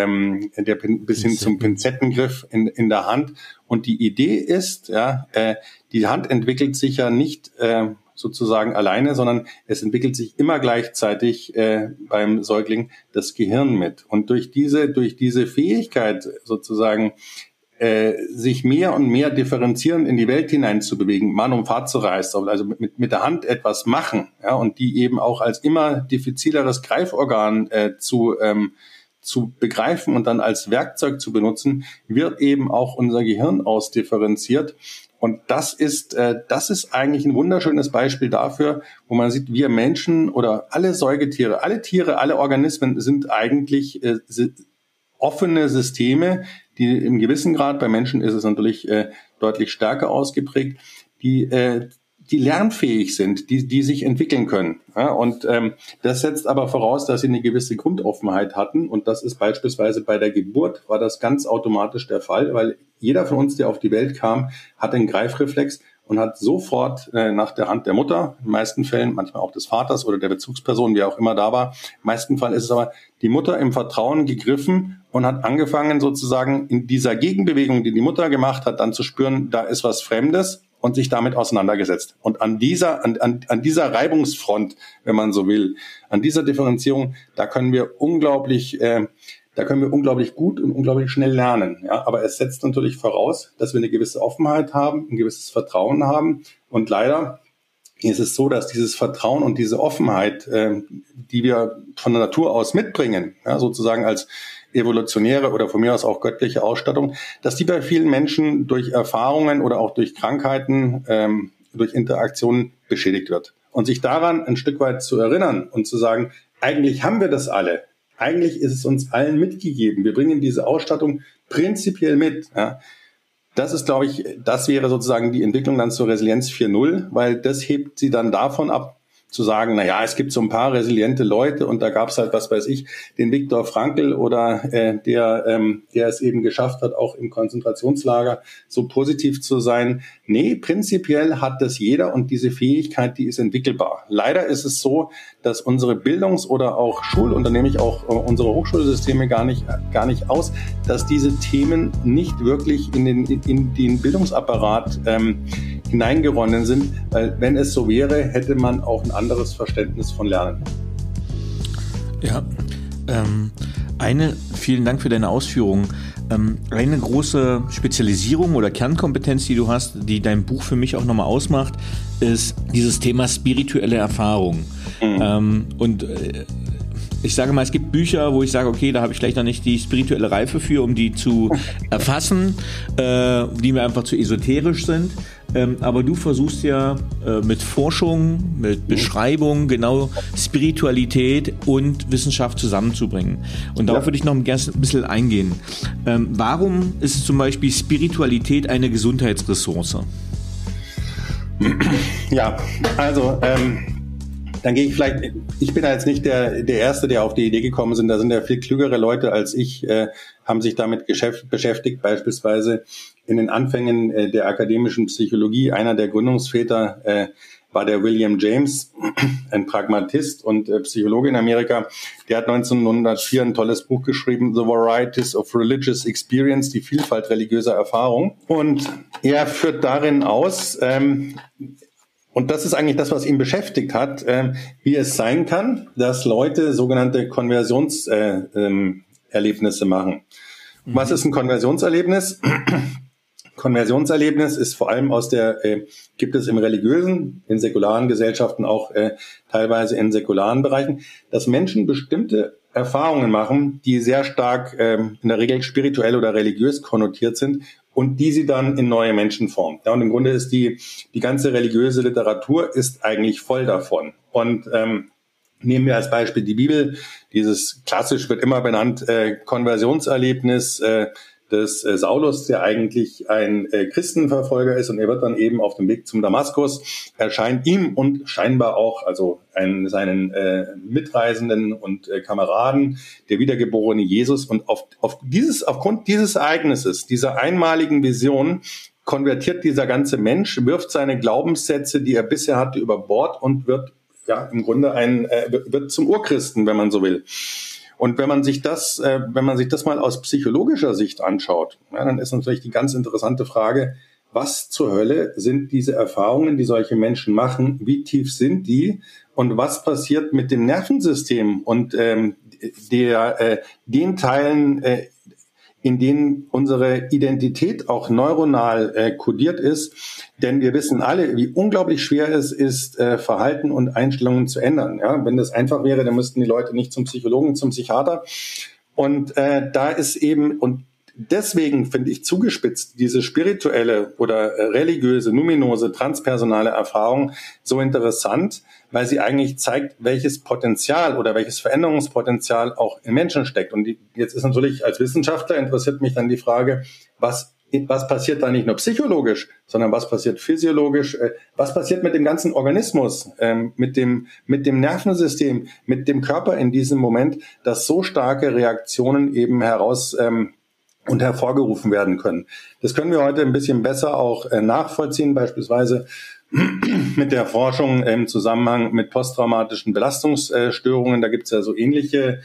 bis hin zum Pinzettengriff in der Hand. Und die Idee ist, ja, die Hand entwickelt sich ja nicht sozusagen alleine, sondern es entwickelt sich immer gleichzeitig beim Säugling das Gehirn mit. Und durch diese Fähigkeit sozusagen sich mehr und mehr differenzierend in die Welt hinein zu bewegen, Mann um Fahrt zu reißen, also mit der Hand etwas machen, ja, und die eben auch als immer diffizileres Greiforgan zu begreifen und dann als Werkzeug zu benutzen, wird eben auch unser Gehirn ausdifferenziert. Und das ist eigentlich ein wunderschönes Beispiel dafür, wo man sieht, wir Menschen oder alle Säugetiere, alle Tiere, alle Organismen sind eigentlich offene Systeme, die im gewissen Grad, bei Menschen ist es natürlich deutlich stärker ausgeprägt, die lernfähig sind, die sich entwickeln können. Ja, und das setzt aber voraus, dass sie eine gewisse Grundoffenheit hatten. Und das ist beispielsweise bei der Geburt, war das ganz automatisch der Fall, weil jeder von uns, der auf die Welt kam, hat einen Greifreflex und hat sofort nach der Hand der Mutter, in den meisten Fällen, manchmal auch des Vaters oder der Bezugsperson, wer auch immer da war, im meisten Fall ist es aber die Mutter im Vertrauen gegriffen und hat angefangen sozusagen in dieser Gegenbewegung, die die Mutter gemacht hat, dann zu spüren, da ist was Fremdes und sich damit auseinandergesetzt. Und an dieser Reibungsfront, wenn man so will, an dieser Differenzierung, da können wir unglaublich gut und unglaublich schnell lernen. Ja, aber es setzt natürlich voraus, dass wir eine gewisse Offenheit haben, ein gewisses Vertrauen haben. Und leider ist es so, dass dieses Vertrauen und diese Offenheit, die wir von der Natur aus mitbringen, ja, sozusagen als evolutionäre oder von mir aus auch göttliche Ausstattung, dass die bei vielen Menschen durch Erfahrungen oder auch durch Krankheiten, durch Interaktionen beschädigt wird. Und sich daran ein Stück weit zu erinnern und zu sagen, eigentlich haben wir das alle. eigentlich ist es uns allen mitgegeben. Wir bringen diese Ausstattung prinzipiell mit. Ja. Das ist, glaube ich, das wäre sozusagen die Entwicklung dann zur Resilienz 4.0, weil das hebt sie dann davon ab, zu sagen, naja, es gibt so ein paar resiliente Leute und da gab es halt, was weiß ich, den Viktor Frankl oder der es eben geschafft hat, auch im Konzentrationslager so positiv zu sein. Nee, prinzipiell hat das jeder und diese Fähigkeit, die ist entwickelbar. Leider ist es so, dass unsere Bildungs- oder auch und da nehme ich auch unsere Hochschulsysteme gar nicht aus, dass diese Themen nicht wirklich in den Bildungsapparat hineingeronnen sind, weil wenn es so wäre, hätte man auch ein anderes Verständnis von Lernen. Ja, vielen Dank für deine Ausführungen. Eine große Spezialisierung oder Kernkompetenz, die du hast, die dein Buch für mich auch nochmal ausmacht, ist dieses Thema spirituelle Erfahrung. Ich sage mal, es gibt Bücher, wo ich sage, okay, da habe ich vielleicht noch nicht die spirituelle Reife für, um die zu erfassen, die mir einfach zu esoterisch sind. Aber du versuchst ja mit Forschung, mit Beschreibung genau Spiritualität und Wissenschaft zusammenzubringen. Und darauf würde ich noch ein bisschen eingehen. Warum ist zum Beispiel Spiritualität eine Gesundheitsressource? Ja, also dann gehe ich bin ja jetzt nicht der Erste, der auf die Idee gekommen sind, da sind ja viel klügere Leute als ich, haben sich damit beschäftigt, beispielsweise in den Anfängen der akademischen Psychologie. Einer der Gründungsväter war der William James, ein Pragmatist und Psychologe in Amerika. Der hat 1904 ein tolles Buch geschrieben, The Varieties of Religious Experience, die Vielfalt religiöser Erfahrung. Und er führt darin aus, und das ist eigentlich das, was ihn beschäftigt hat, wie es sein kann, dass Leute sogenannte Konversionserlebnisse machen. Was ist ein Konversionserlebnis? Konversionserlebnis ist vor allem gibt es im religiösen, in säkularen Gesellschaften, auch teilweise in säkularen Bereichen, dass Menschen bestimmte Erfahrungen machen, die sehr stark in der Regel spirituell oder religiös konnotiert sind und die sie dann in neue Menschen formen. Ja, und im Grunde ist die ganze religiöse Literatur ist eigentlich voll davon. Und nehmen wir als Beispiel die Bibel, dieses klassisch wird immer benannt, Konversionserlebnis des Saulus, der eigentlich ein Christenverfolger ist, und er wird dann eben auf dem Weg zum Damaskus, erscheint ihm und scheinbar auch seinen Mitreisenden und Kameraden der wiedergeborene Jesus, und aufgrund dieses Ereignisses, dieser einmaligen Vision, konvertiert dieser ganze Mensch, wirft seine Glaubenssätze, die er bisher hatte, über Bord und wird im Grunde wird zum Urchristen, wenn man so will. Und wenn man sich das mal aus psychologischer Sicht anschaut, dann ist natürlich die ganz interessante Frage, was zur Hölle sind diese Erfahrungen, die solche Menschen machen? Wie tief sind die? Und was passiert mit dem Nervensystem und den Teilen, in denen unsere Identität auch neuronal kodiert ist? Denn wir wissen alle, wie unglaublich schwer es ist, Verhalten und Einstellungen zu ändern. Ja, wenn das einfach wäre, dann müssten die Leute nicht zum Psychologen, zum Psychiater. Und da ist eben, und deswegen finde ich zugespitzt diese spirituelle oder religiöse, numinose, transpersonale Erfahrung so interessant, weil sie eigentlich zeigt, welches Potenzial oder welches Veränderungspotenzial auch in Menschen steckt. Und jetzt ist natürlich als Wissenschaftler interessiert mich dann die Frage, was passiert da nicht nur psychologisch, sondern was passiert physiologisch, was passiert mit dem ganzen Organismus, mit dem Nervensystem, mit dem Körper in diesem Moment, dass so starke Reaktionen eben und hervorgerufen werden können. Das können wir heute ein bisschen besser auch nachvollziehen, beispielsweise mit der Forschung im Zusammenhang mit posttraumatischen Belastungsstörungen. Da gibt's so ähnliche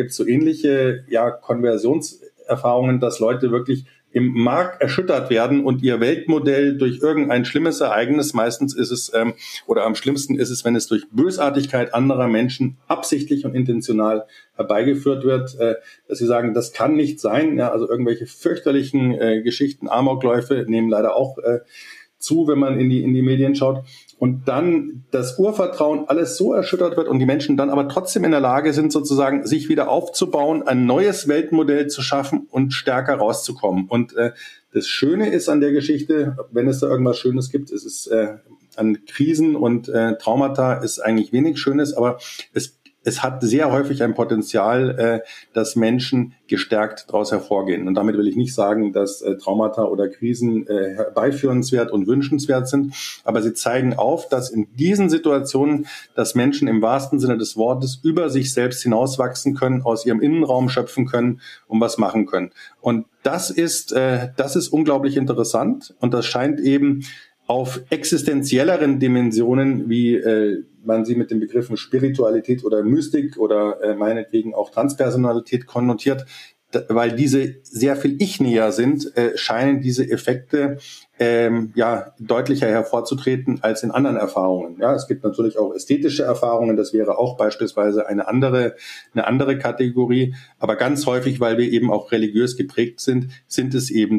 Konversionserfahrungen, dass Leute wirklich im Mark erschüttert werden und ihr Weltmodell durch irgendein schlimmes Ereignis, meistens ist es, oder am schlimmsten ist es, wenn es durch Bösartigkeit anderer Menschen absichtlich und intentional herbeigeführt wird, dass sie sagen, das kann nicht sein. Ja, also irgendwelche fürchterlichen Geschichten, Amokläufe nehmen leider auch zu, wenn man in die Medien schaut. Und dann das Urvertrauen alles so erschüttert wird und die Menschen dann aber trotzdem in der Lage sind, sozusagen sich wieder aufzubauen, ein neues Weltmodell zu schaffen und stärker rauszukommen. Und das Schöne ist an der Geschichte, wenn es da irgendwas Schönes gibt, ist es an Krisen und Traumata ist eigentlich wenig Schönes, aber es hat sehr häufig ein Potenzial, dass Menschen gestärkt daraus hervorgehen. Und damit will ich nicht sagen, dass Traumata oder Krisen herbeiführenswert und wünschenswert sind, aber sie zeigen auf, dass in diesen Situationen, dass Menschen im wahrsten Sinne des Wortes über sich selbst hinauswachsen können, aus ihrem Innenraum schöpfen können und was machen können. Und das ist unglaublich interessant, und das scheint eben auf existenzielleren Dimensionen, wie man sie mit den Begriffen Spiritualität oder Mystik oder meinetwegen auch Transpersonalität konnotiert, weil diese sehr viel ich-näher sind, scheinen diese Effekte deutlicher hervorzutreten als in anderen Erfahrungen. Ja, es gibt natürlich auch ästhetische Erfahrungen, das wäre auch beispielsweise eine andere Kategorie, aber ganz häufig, weil wir eben auch religiös geprägt sind, sind es eben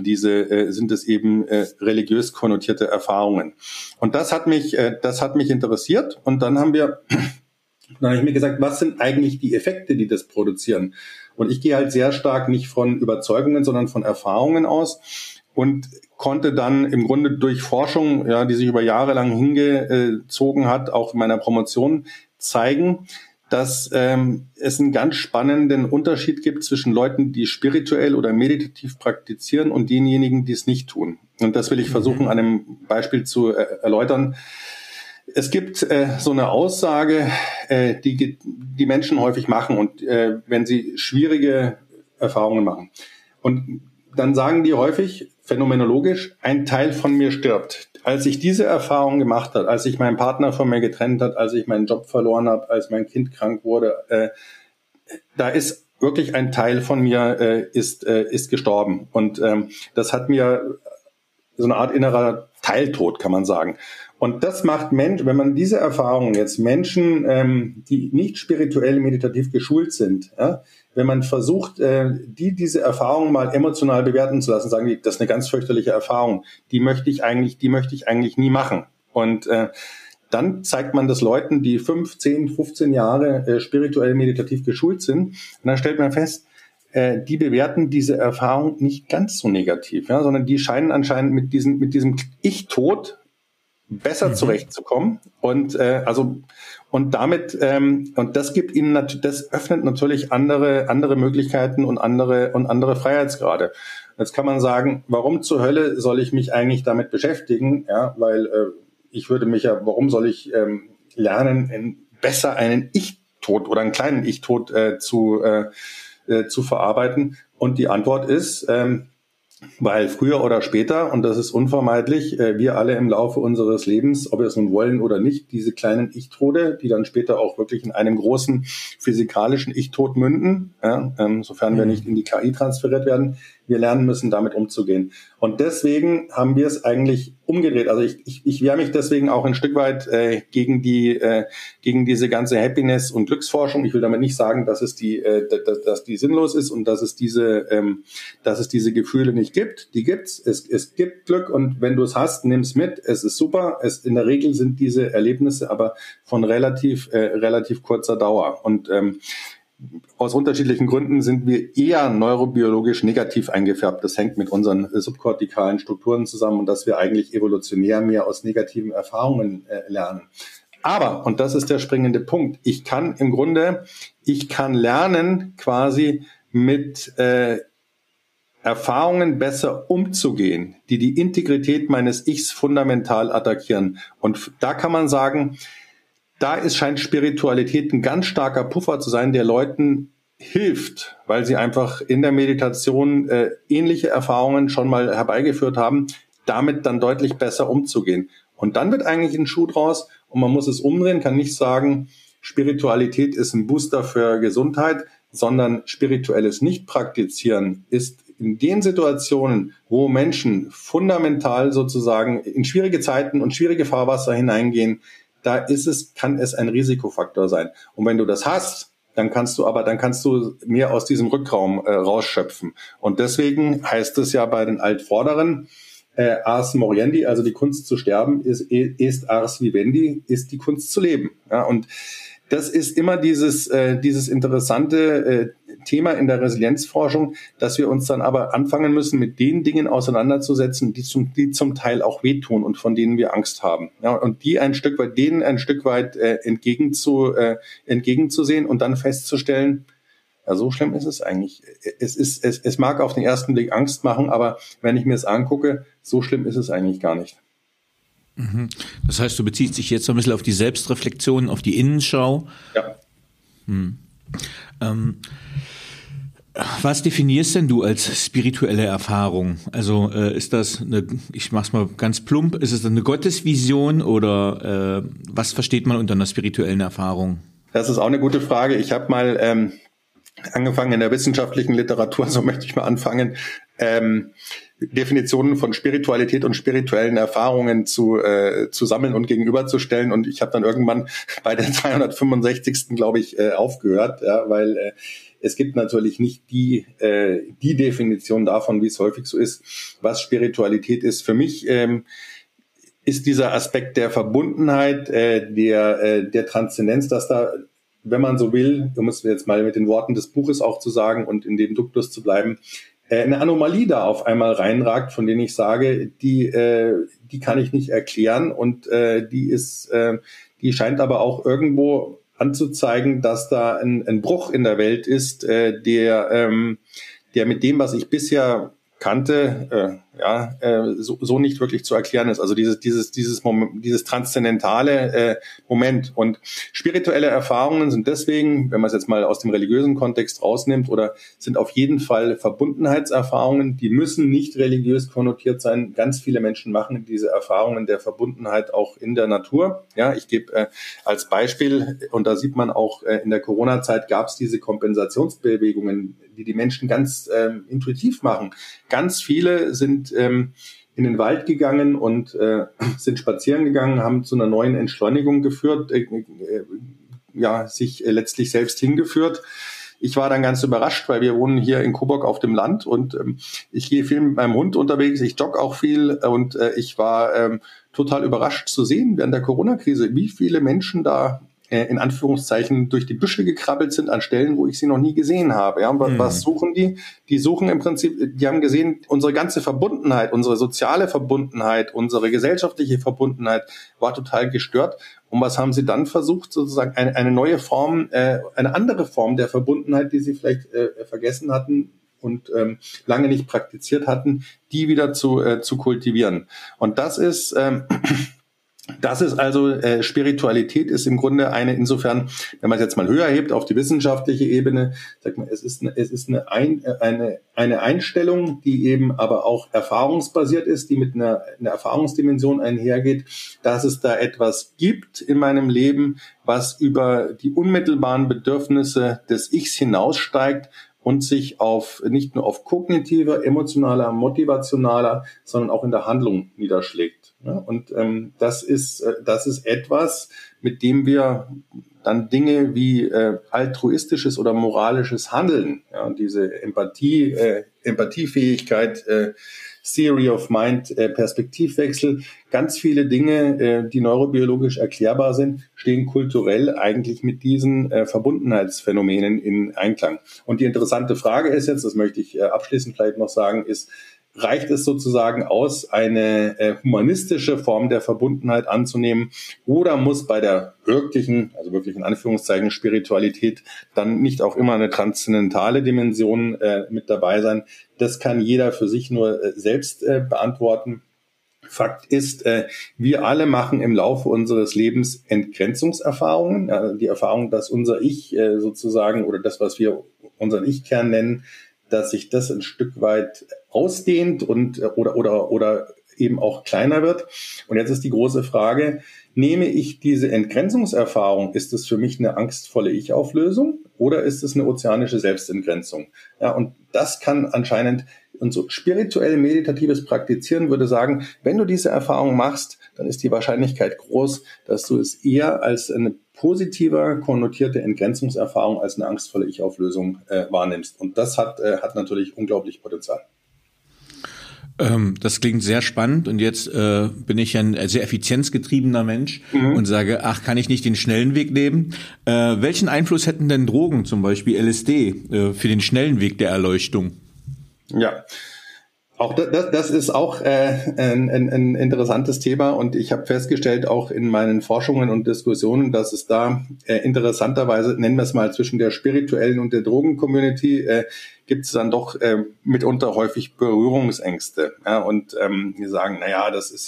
religiös konnotierte Erfahrungen. Und das hat mich interessiert, und dann habe ich mir gesagt, was sind eigentlich die Effekte, die das produzieren? Und ich gehe halt sehr stark nicht von Überzeugungen, sondern von Erfahrungen aus und konnte dann im Grunde durch Forschung, die sich über Jahre lang hingezogen hat, auch in meiner Promotion zeigen, dass es einen ganz spannenden Unterschied gibt zwischen Leuten, die spirituell oder meditativ praktizieren, und denjenigen, die es nicht tun. Und das will ich versuchen, an einem Beispiel zu erläutern. Es gibt so eine Aussage, die Menschen häufig machen, und wenn sie schwierige Erfahrungen machen. Und dann sagen die häufig, phänomenologisch, ein Teil von mir stirbt. Als ich diese Erfahrung gemacht habe, als sich mein Partner von mir getrennt hat, als ich meinen Job verloren habe, als mein Kind krank wurde, da ist wirklich ein Teil von mir ist gestorben. Und das hat mir so eine Art innerer Teiltod, kann man sagen. Und das macht Menschen, wenn man diese Erfahrungen jetzt Menschen, die nicht spirituell meditativ geschult sind, wenn man versucht, diese Erfahrung mal emotional bewerten zu lassen, sagen die, das ist eine ganz fürchterliche Erfahrung, die möchte ich eigentlich nie machen. Und dann zeigt man das Leuten, die 5, 10, 15 Jahre spirituell meditativ geschult sind, und dann stellt man fest, die bewerten diese Erfahrung nicht ganz so negativ, sondern die scheinen anscheinend mit diesem Ich-Tod besser zurechtzukommen, und damit und das gibt ihnen das öffnet natürlich andere Möglichkeiten und andere Freiheitsgrade. Jetzt kann man sagen, warum zur Hölle soll ich mich eigentlich damit beschäftigen? Ja, weil warum soll ich lernen, besser einen Ich-Tod oder einen kleinen Ich-Tod zu verarbeiten? Und die Antwort ist, weil früher oder später, und das ist unvermeidlich, wir alle im Laufe unseres Lebens, ob wir es nun wollen oder nicht, diese kleinen Ich-Tode, die dann später auch wirklich in einem großen physikalischen Ich-Tod münden, sofern wir nicht in die KI transferiert werden, wir lernen müssen, damit umzugehen. Und deswegen haben wir es eigentlich umgedreht. Also ich wehre mich deswegen auch ein Stück weit gegen diese ganze Happiness- und Glücksforschung. Ich will damit nicht sagen, dass die sinnlos ist und dass es diese Gefühle nicht gibt. Die gibt's. Es gibt Glück, und wenn du es hast, nimm es mit. Es ist super. In der Regel sind diese Erlebnisse aber von relativ kurzer Dauer. Und aus unterschiedlichen Gründen sind wir eher neurobiologisch negativ eingefärbt. Das hängt mit unseren subkortikalen Strukturen zusammen, und dass wir eigentlich evolutionär mehr aus negativen Erfahrungen lernen. Aber, und das ist der springende Punkt, ich kann lernen, quasi mit Erfahrungen besser umzugehen, die Integrität meines Ichs fundamental attackieren. Und da kann man sagen, scheint Spiritualität ein ganz starker Puffer zu sein, der Leuten hilft, weil sie einfach in der Meditation ähnliche Erfahrungen schon mal herbeigeführt haben, damit dann deutlich besser umzugehen. Und dann wird eigentlich ein Schuh draus, und man muss es umdrehen, kann nicht sagen, Spiritualität ist ein Booster für Gesundheit, sondern spirituelles Nicht-Praktizieren ist in den Situationen, wo Menschen fundamental sozusagen in schwierige Zeiten und schwierige Fahrwasser hineingehen, kann es ein Risikofaktor sein. Und wenn du das hast, dann kannst du mehr aus diesem Rückraum rausschöpfen. Und deswegen heißt es ja bei den Altvorderen, Ars moriendi, also die Kunst zu sterben, ist ars vivendi, ist die Kunst zu leben. Ja, und das ist immer dieses interessante Thema in der Resilienzforschung, dass wir uns dann aber anfangen müssen, mit den Dingen auseinanderzusetzen, die zum Teil auch wehtun und von denen wir Angst haben. Ja, und denen ein Stück weit entgegenzusehen und dann festzustellen, ja, so schlimm ist es eigentlich. Es mag auf den ersten Blick Angst machen, aber wenn ich mir es angucke, so schlimm ist es eigentlich gar nicht. Das heißt, du beziehst dich jetzt so ein bisschen auf die Selbstreflexion, auf die Innenschau. Ja. Was definierst denn du als spirituelle Erfahrung? Also ist das ich mach's mal ganz plump, ist es eine Gottesvision oder was versteht man unter einer spirituellen Erfahrung? Das ist auch eine gute Frage. Ich habe mal angefangen in der wissenschaftlichen Literatur, so möchte ich mal anfangen, Definitionen von Spiritualität und spirituellen Erfahrungen zu sammeln und gegenüberzustellen. Und ich habe dann irgendwann bei der 365. glaube ich aufgehört, ja, weil es gibt natürlich nicht die Definition davon, wie es häufig so ist, was Spiritualität ist. Für mich ist dieser Aspekt der Verbundenheit, der Transzendenz, dass da, wenn man so will, um es jetzt mal mit den Worten des Buches auch zu sagen und in dem Duktus zu bleiben, eine Anomalie da auf einmal reinragt, von denen ich sage, die kann ich nicht erklären und die scheint aber auch irgendwo anzuzeigen, dass da ein Bruch in der Welt ist, der mit dem, was ich bisher kannte, so nicht wirklich zu erklären ist. Also dieses transzendentale Moment. Und spirituelle Erfahrungen sind deswegen, wenn man es jetzt mal aus dem religiösen Kontext rausnimmt, oder sind auf jeden Fall Verbundenheitserfahrungen, die müssen nicht religiös konnotiert sein. Ganz viele Menschen machen diese Erfahrungen der Verbundenheit auch in der Natur. Ja, ich gebe als Beispiel, und da sieht man auch in der Corona-Zeit gab es diese Kompensationsbewegungen, die Menschen ganz intuitiv machen. Ganz viele sind in den Wald gegangen und sind spazieren gegangen, haben zu einer neuen Entschleunigung geführt, sich letztlich selbst hingeführt. Ich war dann ganz überrascht, weil wir wohnen hier in Coburg auf dem Land und ich gehe viel mit meinem Hund unterwegs, ich jogge auch viel und ich war total überrascht zu sehen während der Corona-Krise, wie viele Menschen da in Anführungszeichen durch die Büsche gekrabbelt sind an Stellen, wo ich sie noch nie gesehen habe. Ja, und was suchen die? Die suchen im Prinzip, die haben gesehen, unsere ganze Verbundenheit, unsere soziale Verbundenheit, unsere gesellschaftliche Verbundenheit war total gestört. Und was haben sie dann versucht, sozusagen eine neue Form, eine andere Form der Verbundenheit, die sie vielleicht vergessen hatten und lange nicht praktiziert hatten, die wieder zu kultivieren. Und das ist also Spiritualität ist im Grunde insofern, wenn man es jetzt mal höher hebt auf die wissenschaftliche Ebene, sagt man, es ist eine Einstellung, die eben aber auch erfahrungsbasiert ist, die mit einer Erfahrungsdimension einhergeht, dass es da etwas gibt in meinem Leben, was über die unmittelbaren Bedürfnisse des Ichs hinaussteigt und sich nicht nur auf kognitiver, emotionaler, motivationaler, sondern auch in der Handlung niederschlägt. Ja, und das ist etwas, mit dem wir dann Dinge wie altruistisches oder moralisches Handeln, ja, und diese Empathiefähigkeit, Theory of Mind, Perspektivwechsel, ganz viele Dinge, die neurobiologisch erklärbar sind, stehen kulturell eigentlich mit diesen Verbundenheitsphänomenen in Einklang. Und die interessante Frage ist jetzt, das möchte ich abschließend vielleicht noch sagen, ist, reicht es sozusagen aus, eine humanistische Form der Verbundenheit anzunehmen, oder muss bei der wirklichen, also wirklich in Anführungszeichen Spiritualität, dann nicht auch immer eine transzendentale Dimension mit dabei sein? Das kann jeder für sich nur selbst beantworten. Fakt ist, wir alle machen im Laufe unseres Lebens Entgrenzungserfahrungen. Ja, die Erfahrung, dass unser Ich sozusagen, oder das, was wir unseren Ich-Kern nennen, dass sich das ein Stück weit ausdehnt und oder eben auch kleiner wird. Und jetzt ist die große Frage, nehme ich diese Entgrenzungserfahrung, ist es für mich eine angstvolle Ich-Auflösung oder ist es eine ozeanische Selbstentgrenzung? Ja, und das kann anscheinend, und so spirituell meditatives Praktizieren würde sagen, wenn du diese Erfahrung machst, dann ist die Wahrscheinlichkeit groß, dass du es eher als eine positiver konnotierte Entgrenzungserfahrung als eine angstvolle Ich-Auflösung wahrnimmst. Und das hat natürlich unglaublich Potenzial. Das klingt sehr spannend und jetzt bin ich ein sehr effizienzgetriebener Mensch und sage, kann ich nicht den schnellen Weg nehmen? Welchen Einfluss hätten denn Drogen, zum Beispiel LSD, für den schnellen Weg der Erleuchtung? Ja, auch das ist auch ein interessantes Thema und ich habe festgestellt, auch in meinen Forschungen und Diskussionen, dass es da interessanterweise, nennen wir es mal, zwischen der spirituellen und der Drogen-Community gibt es dann doch mitunter häufig Berührungsängste. Ja, und wir sagen, das ist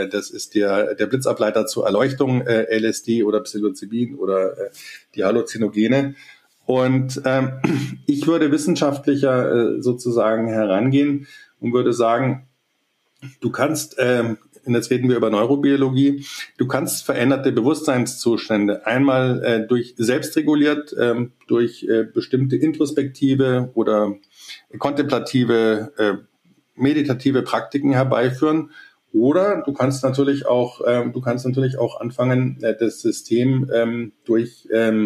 der Blitzableiter zur Erleuchtung, LSD oder Psilocybin oder die Halluzinogene. Und ich würde wissenschaftlicher sozusagen herangehen und würde sagen, du kannst, und jetzt reden wir über Neurobiologie, du kannst veränderte Bewusstseinszustände einmal durch selbstreguliert, durch bestimmte introspektive oder kontemplative, meditative Praktiken herbeiführen. Oder du kannst natürlich auch anfangen, das System durch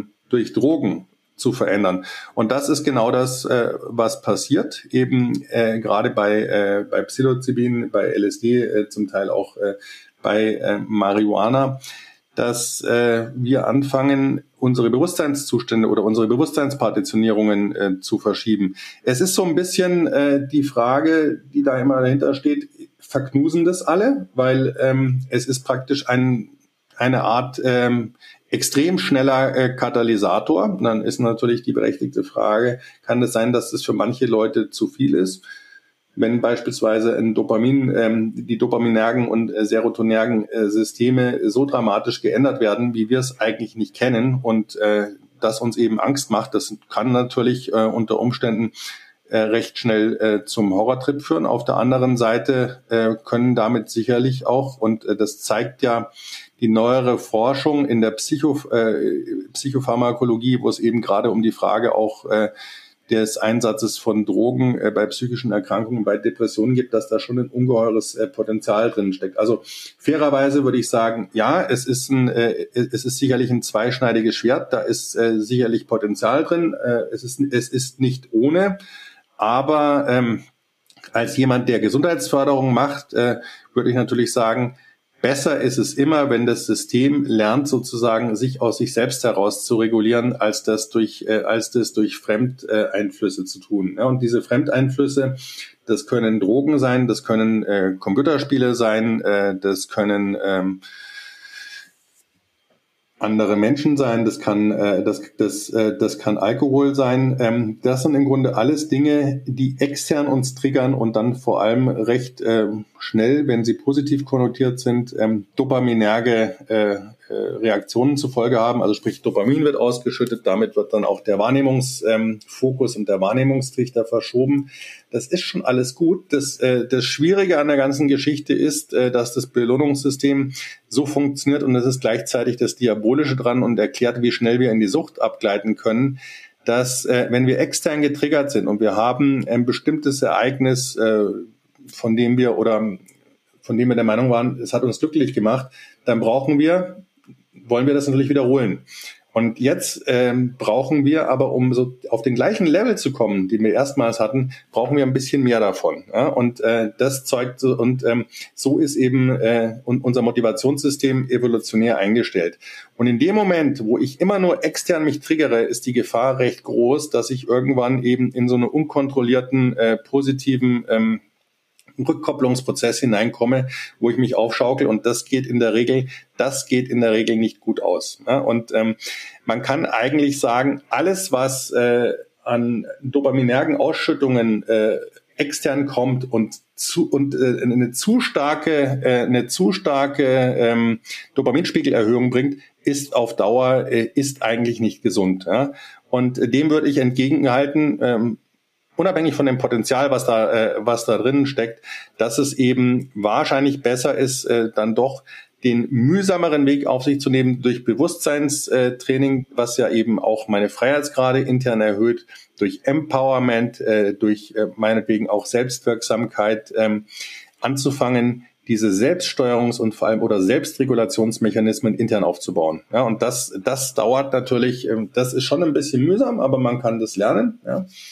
Drogen zu verändern. Und das ist genau das, was passiert, eben gerade bei Psilocybin, bei LSD, zum Teil auch bei Marihuana, dass wir anfangen, unsere Bewusstseinszustände oder unsere Bewusstseinspartitionierungen zu verschieben. Es ist so ein bisschen die Frage, die da immer dahinter steht, verknusen das alle? Weil es ist praktisch eine Art extrem schneller Katalysator. Und dann ist natürlich die berechtigte Frage, kann es sein, dass das für manche Leute zu viel ist? Wenn beispielsweise die dopaminergen und serotonergen Systeme so dramatisch geändert werden, wie wir es eigentlich nicht kennen und das uns eben Angst macht, das kann natürlich unter Umständen recht schnell zum Horrortrip führen. Auf der anderen Seite können damit sicherlich auch, und das zeigt ja die neuere Forschung in der Psychopharmakologie, wo es eben gerade um die Frage auch des Einsatzes von Drogen bei psychischen Erkrankungen, bei Depressionen geht, dass da schon ein ungeheures Potenzial drin steckt. Also fairerweise würde ich sagen, ja, es ist sicherlich ein zweischneidiges Schwert, da ist sicherlich Potenzial drin, es ist nicht ohne, aber als jemand, der Gesundheitsförderung macht, würde ich natürlich sagen, besser ist es immer, wenn das System lernt, sozusagen sich aus sich selbst heraus zu regulieren, als das durch Fremdeinflüsse zu tun. Ja, und diese Fremdeinflüsse, das können Drogen sein, das können Computerspiele sein, das können andere Menschen sein, das kann Alkohol sein. Das sind im Grunde alles Dinge, die extern uns triggern und dann vor allem recht schnell, wenn sie positiv konnotiert sind, dopaminerge Reaktionen zur Folge haben. Also sprich, Dopamin wird ausgeschüttet, damit wird dann auch der Wahrnehmungsfokus und der Wahrnehmungstrichter verschoben. Das ist schon alles gut. Das Schwierige an der ganzen Geschichte ist, dass das Belohnungssystem so funktioniert und es ist gleichzeitig das Diabolische dran und erklärt, wie schnell wir in die Sucht abgleiten können, dass wenn wir extern getriggert sind und wir haben ein bestimmtes Ereignis, von dem wir der Meinung waren, es hat uns glücklich gemacht, dann wollen wir das natürlich wiederholen. Und jetzt brauchen wir aber, um so auf den gleichen Level zu kommen, den wir erstmals hatten, brauchen wir ein bisschen mehr davon. Ja? Und das zeugt so, und so ist eben unser Motivationssystem evolutionär eingestellt. Und in dem Moment, wo ich immer nur extern mich triggere, ist die Gefahr recht groß, dass ich irgendwann eben in so einen unkontrollierten, positiven Rückkopplungsprozess hineinkomme, wo ich mich aufschaukel und das geht in der Regel nicht gut aus. Ja? Und man kann eigentlich sagen, alles, was an dopaminergen Ausschüttungen extern kommt und eine zu starke Dopaminspiegelerhöhung bringt, ist auf Dauer ist eigentlich nicht gesund. Ja? Und dem würde ich entgegenhalten, unabhängig von dem Potenzial, was da drin steckt, dass es eben wahrscheinlich besser ist, dann doch den mühsameren Weg auf sich zu nehmen durch Bewusstseinstraining, was ja eben auch meine Freiheitsgrade intern erhöht, durch Empowerment, durch meinetwegen auch Selbstwirksamkeit anzufangen, diese Selbststeuerungs- und vor allem oder Selbstregulationsmechanismen intern aufzubauen. Ja, und das dauert natürlich, das ist schon ein bisschen mühsam, aber man kann das lernen. Ja.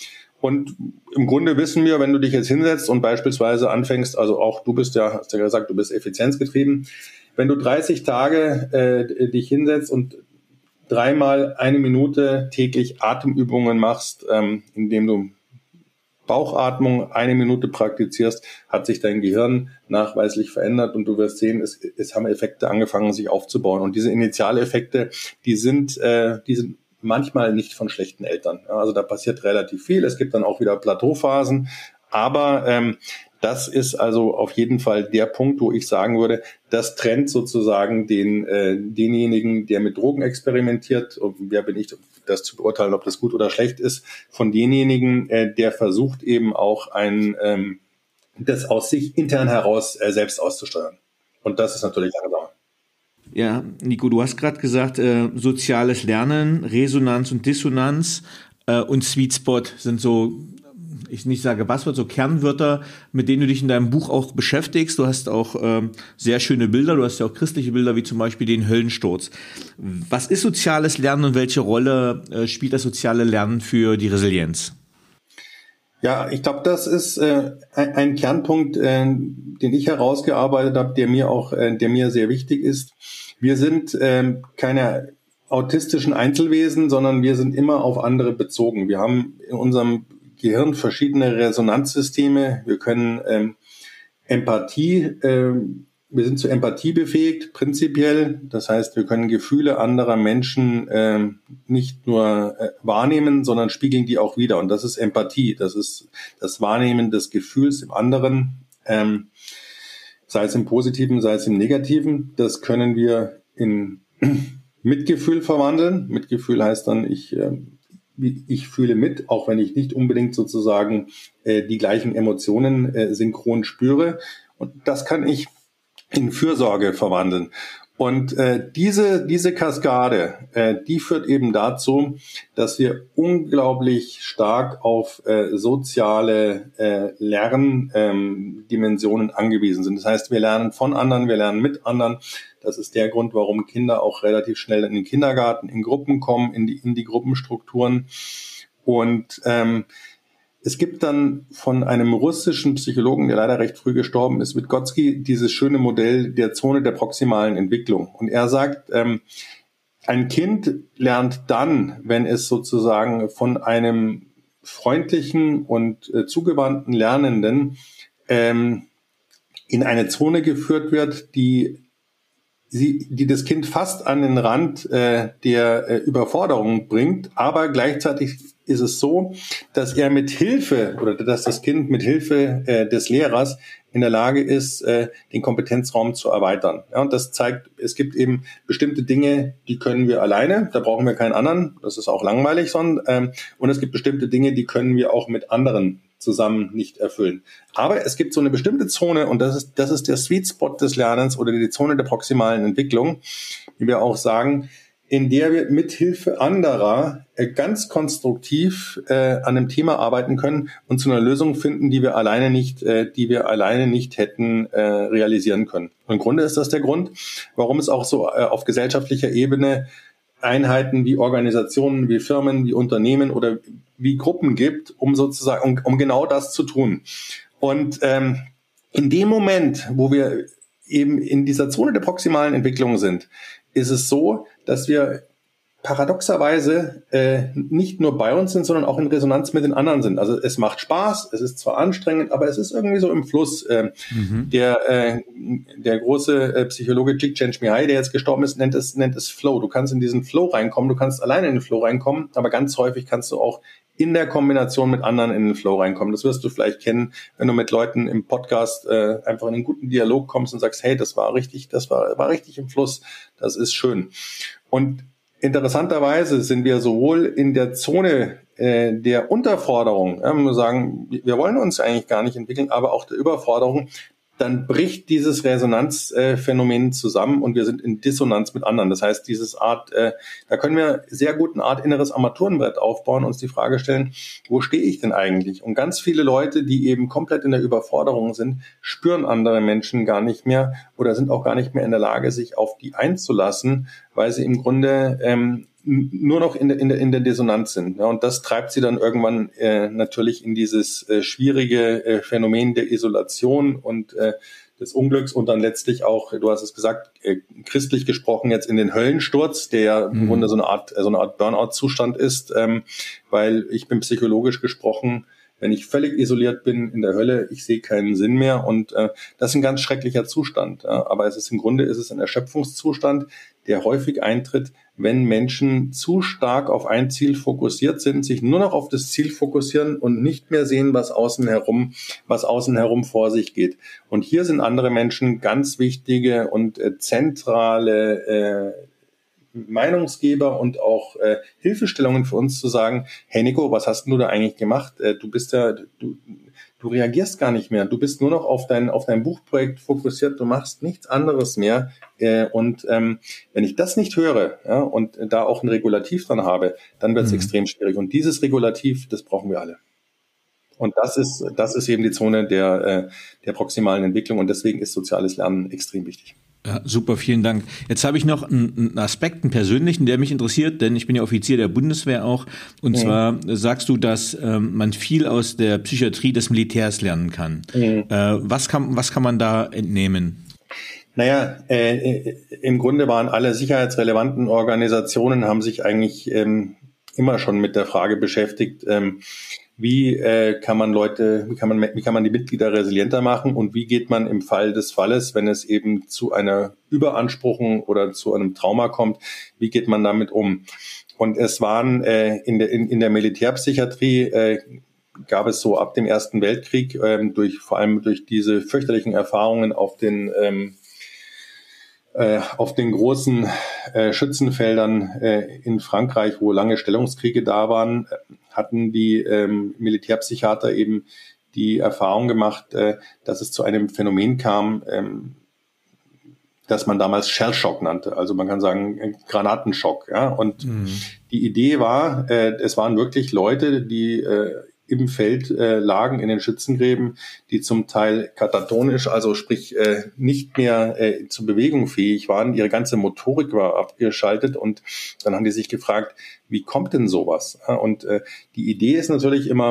Und im Grunde wissen wir, wenn du dich jetzt hinsetzt und beispielsweise anfängst, also auch du hast ja gesagt, du bist effizienzgetrieben, wenn du 30 Tage dich hinsetzt und 3-mal 1 Minute täglich Atemübungen machst, indem du Bauchatmung 1 Minute praktizierst, hat sich dein Gehirn nachweislich verändert und du wirst sehen, es haben Effekte angefangen, sich aufzubauen. Und diese Initialeffekte, die sind manchmal nicht von schlechten Eltern. Also da passiert relativ viel. Es gibt dann auch wieder Plateauphasen. Aber das ist also auf jeden Fall der Punkt, wo ich sagen würde, das trennt sozusagen denjenigen, der mit Drogen experimentiert, und wer bin ich, das zu beurteilen, ob das gut oder schlecht ist, von denjenigen, der versucht eben auch das aus sich intern heraus selbst auszusteuern. Und das ist natürlich langsam. Ja, Nico, du hast gerade gesagt, soziales Lernen, Resonanz und Dissonanz und Sweet Spot sind so, ich nicht sage Buzzword, so Kernwörter, mit denen du dich in deinem Buch auch beschäftigst. Du hast auch sehr schöne Bilder, du hast ja auch christliche Bilder, wie zum Beispiel den Höllensturz. Was ist soziales Lernen und welche Rolle spielt das soziale Lernen für die Resilienz? Ja, ich glaube, das ist ein Kernpunkt, den ich herausgearbeitet habe, der mir sehr wichtig ist. Wir sind keine autistischen Einzelwesen, sondern wir sind immer auf andere bezogen. Wir haben in unserem Gehirn verschiedene Resonanzsysteme. Wir können wir sind zur Empathie befähigt, prinzipiell. Das heißt, wir können Gefühle anderer Menschen nicht nur wahrnehmen, sondern spiegeln die auch wider. Und das ist Empathie. Das ist das Wahrnehmen des Gefühls im anderen, sei es im Positiven, sei es im Negativen. Das können wir in Mitgefühl verwandeln. Mitgefühl heißt dann, ich fühle mit, auch wenn ich nicht unbedingt sozusagen die gleichen Emotionen synchron spüre. Und das kann ich in Fürsorge verwandeln. Und diese Kaskade, die führt eben dazu, dass wir unglaublich stark auf soziale Lerndimensionen angewiesen sind. Das heißt, wir lernen von anderen, wir lernen mit anderen. Das ist der Grund, warum Kinder auch relativ schnell in den Kindergarten, in Gruppen kommen, in die Gruppenstrukturen. Und es gibt dann von einem russischen Psychologen, der leider recht früh gestorben ist, Vygotsky, dieses schöne Modell der Zone der proximalen Entwicklung. Und er sagt, ein Kind lernt dann, wenn es sozusagen von einem freundlichen und zugewandten Lernenden in eine Zone geführt wird, die das Kind fast an den Rand der Überforderung bringt, aber gleichzeitig ist es so, dass er mit Hilfe oder dass das Kind mit Hilfe des Lehrers in der Lage ist, den Kompetenzraum zu erweitern. Ja, und das zeigt, es gibt eben bestimmte Dinge, die können wir alleine, da brauchen wir keinen anderen, das ist auch langweilig, und es gibt bestimmte Dinge, die können wir auch mit anderen zusammen nicht erfüllen. Aber es gibt so eine bestimmte Zone, und das ist der Sweet Spot des Lernens oder die Zone der proximalen Entwicklung, wie wir auch sagen, in der wir mithilfe anderer ganz konstruktiv an einem Thema arbeiten können und zu einer Lösung finden, die wir alleine nicht hätten realisieren können. Und im Grunde ist das der Grund, warum es auch so auf gesellschaftlicher Ebene Einheiten wie Organisationen, wie Firmen, wie Unternehmen oder wie Gruppen gibt, um sozusagen, um genau das zu tun. Und in dem Moment, wo wir eben in dieser Zone der proximalen Entwicklung sind, ist es so, dass wir paradoxerweise nicht nur bei uns sind, sondern auch in Resonanz mit den anderen sind. Also es macht Spaß, es ist zwar anstrengend, aber es ist irgendwie so im Fluss. Der große Psychologe Csikszentmihalyi, der jetzt gestorben ist, nennt es Flow. Du kannst in diesen Flow reinkommen, du kannst alleine in den Flow reinkommen, aber ganz häufig kannst du auch in der Kombination mit anderen in den Flow reinkommen. Das wirst du vielleicht kennen, wenn du mit Leuten im Podcast einfach in einen guten Dialog kommst und sagst, hey, das war richtig im Fluss, das ist schön. Und interessanterweise sind wir sowohl in der Zone der Unterforderung, wir sagen, wir wollen uns eigentlich gar nicht entwickeln, aber auch der Überforderung, dann bricht dieses Resonanzphänomen zusammen und wir sind in Dissonanz mit anderen. Das heißt, da können wir sehr gut eine Art inneres Armaturenbrett aufbauen und uns die Frage stellen, wo stehe ich denn eigentlich? Und ganz viele Leute, die eben komplett in der Überforderung sind, spüren andere Menschen gar nicht mehr oder sind auch gar nicht mehr in der Lage, sich auf die einzulassen, weil sie im Grunde nur noch in der Dissonanz sind. Ja, und das treibt sie dann irgendwann natürlich in dieses schwierige Phänomen der Isolation und des Unglücks und dann letztlich auch, du hast es gesagt, christlich gesprochen jetzt in den Höllensturz, der ja im Grunde so eine Art Burnout-Zustand ist, weil ich bin psychologisch gesprochen, wenn ich völlig isoliert bin in der Hölle, ich sehe keinen Sinn mehr und das ist ein ganz schrecklicher Zustand. Aber im Grunde ist es ein Erschöpfungszustand, der häufig eintritt, wenn Menschen zu stark auf ein Ziel fokussiert sind, sich nur noch auf das Ziel fokussieren und nicht mehr sehen, was außen herum vor sich geht. Und hier sind andere Menschen ganz wichtige und zentrale Meinungsgeber und auch Hilfestellungen für uns zu sagen, hey Nico, was hast du da eigentlich gemacht? Du reagierst gar nicht mehr. Du bist nur noch auf dein Buchprojekt fokussiert. Du machst nichts anderes mehr. Wenn ich das nicht höre, ja, und da auch ein Regulativ dran habe, dann wird es extrem schwierig. Und dieses Regulativ, das brauchen wir alle. Und das ist eben die Zone der proximalen Entwicklung. Und deswegen ist soziales Lernen extrem wichtig. Ja, super, vielen Dank. Jetzt habe ich noch einen Aspekt, einen persönlichen, der mich interessiert, denn ich bin ja Offizier der Bundeswehr auch. Und zwar sagst du, dass man viel aus der Psychiatrie des Militärs lernen kann. Was kann man da entnehmen? Naja, im Grunde waren alle sicherheitsrelevanten Organisationen, haben sich eigentlich immer schon mit der Frage beschäftigt, wie kann man die Mitglieder resilienter machen und wie geht man im Fall des Falles, wenn es eben zu einer Überanspruchung oder zu einem Trauma kommt, wie geht man damit um? Und es waren in der Militärpsychiatrie gab es so ab dem Ersten Weltkrieg vor allem durch diese fürchterlichen Erfahrungen auf den großen Schützenfeldern in Frankreich, wo lange Stellungskriege da waren, hatten die Militärpsychiater eben die Erfahrung gemacht, dass es zu einem Phänomen kam, das man damals Shellshock nannte. Also man kann sagen Granatenschock. Ja? Und die Idee war, es waren wirklich Leute, die im Feld lagen in den Schützengräben, die zum Teil katatonisch, also sprich nicht mehr zur Bewegung fähig waren. Ihre ganze Motorik war abgeschaltet und dann haben die sich gefragt, wie kommt denn sowas? Und die Idee ist natürlich immer,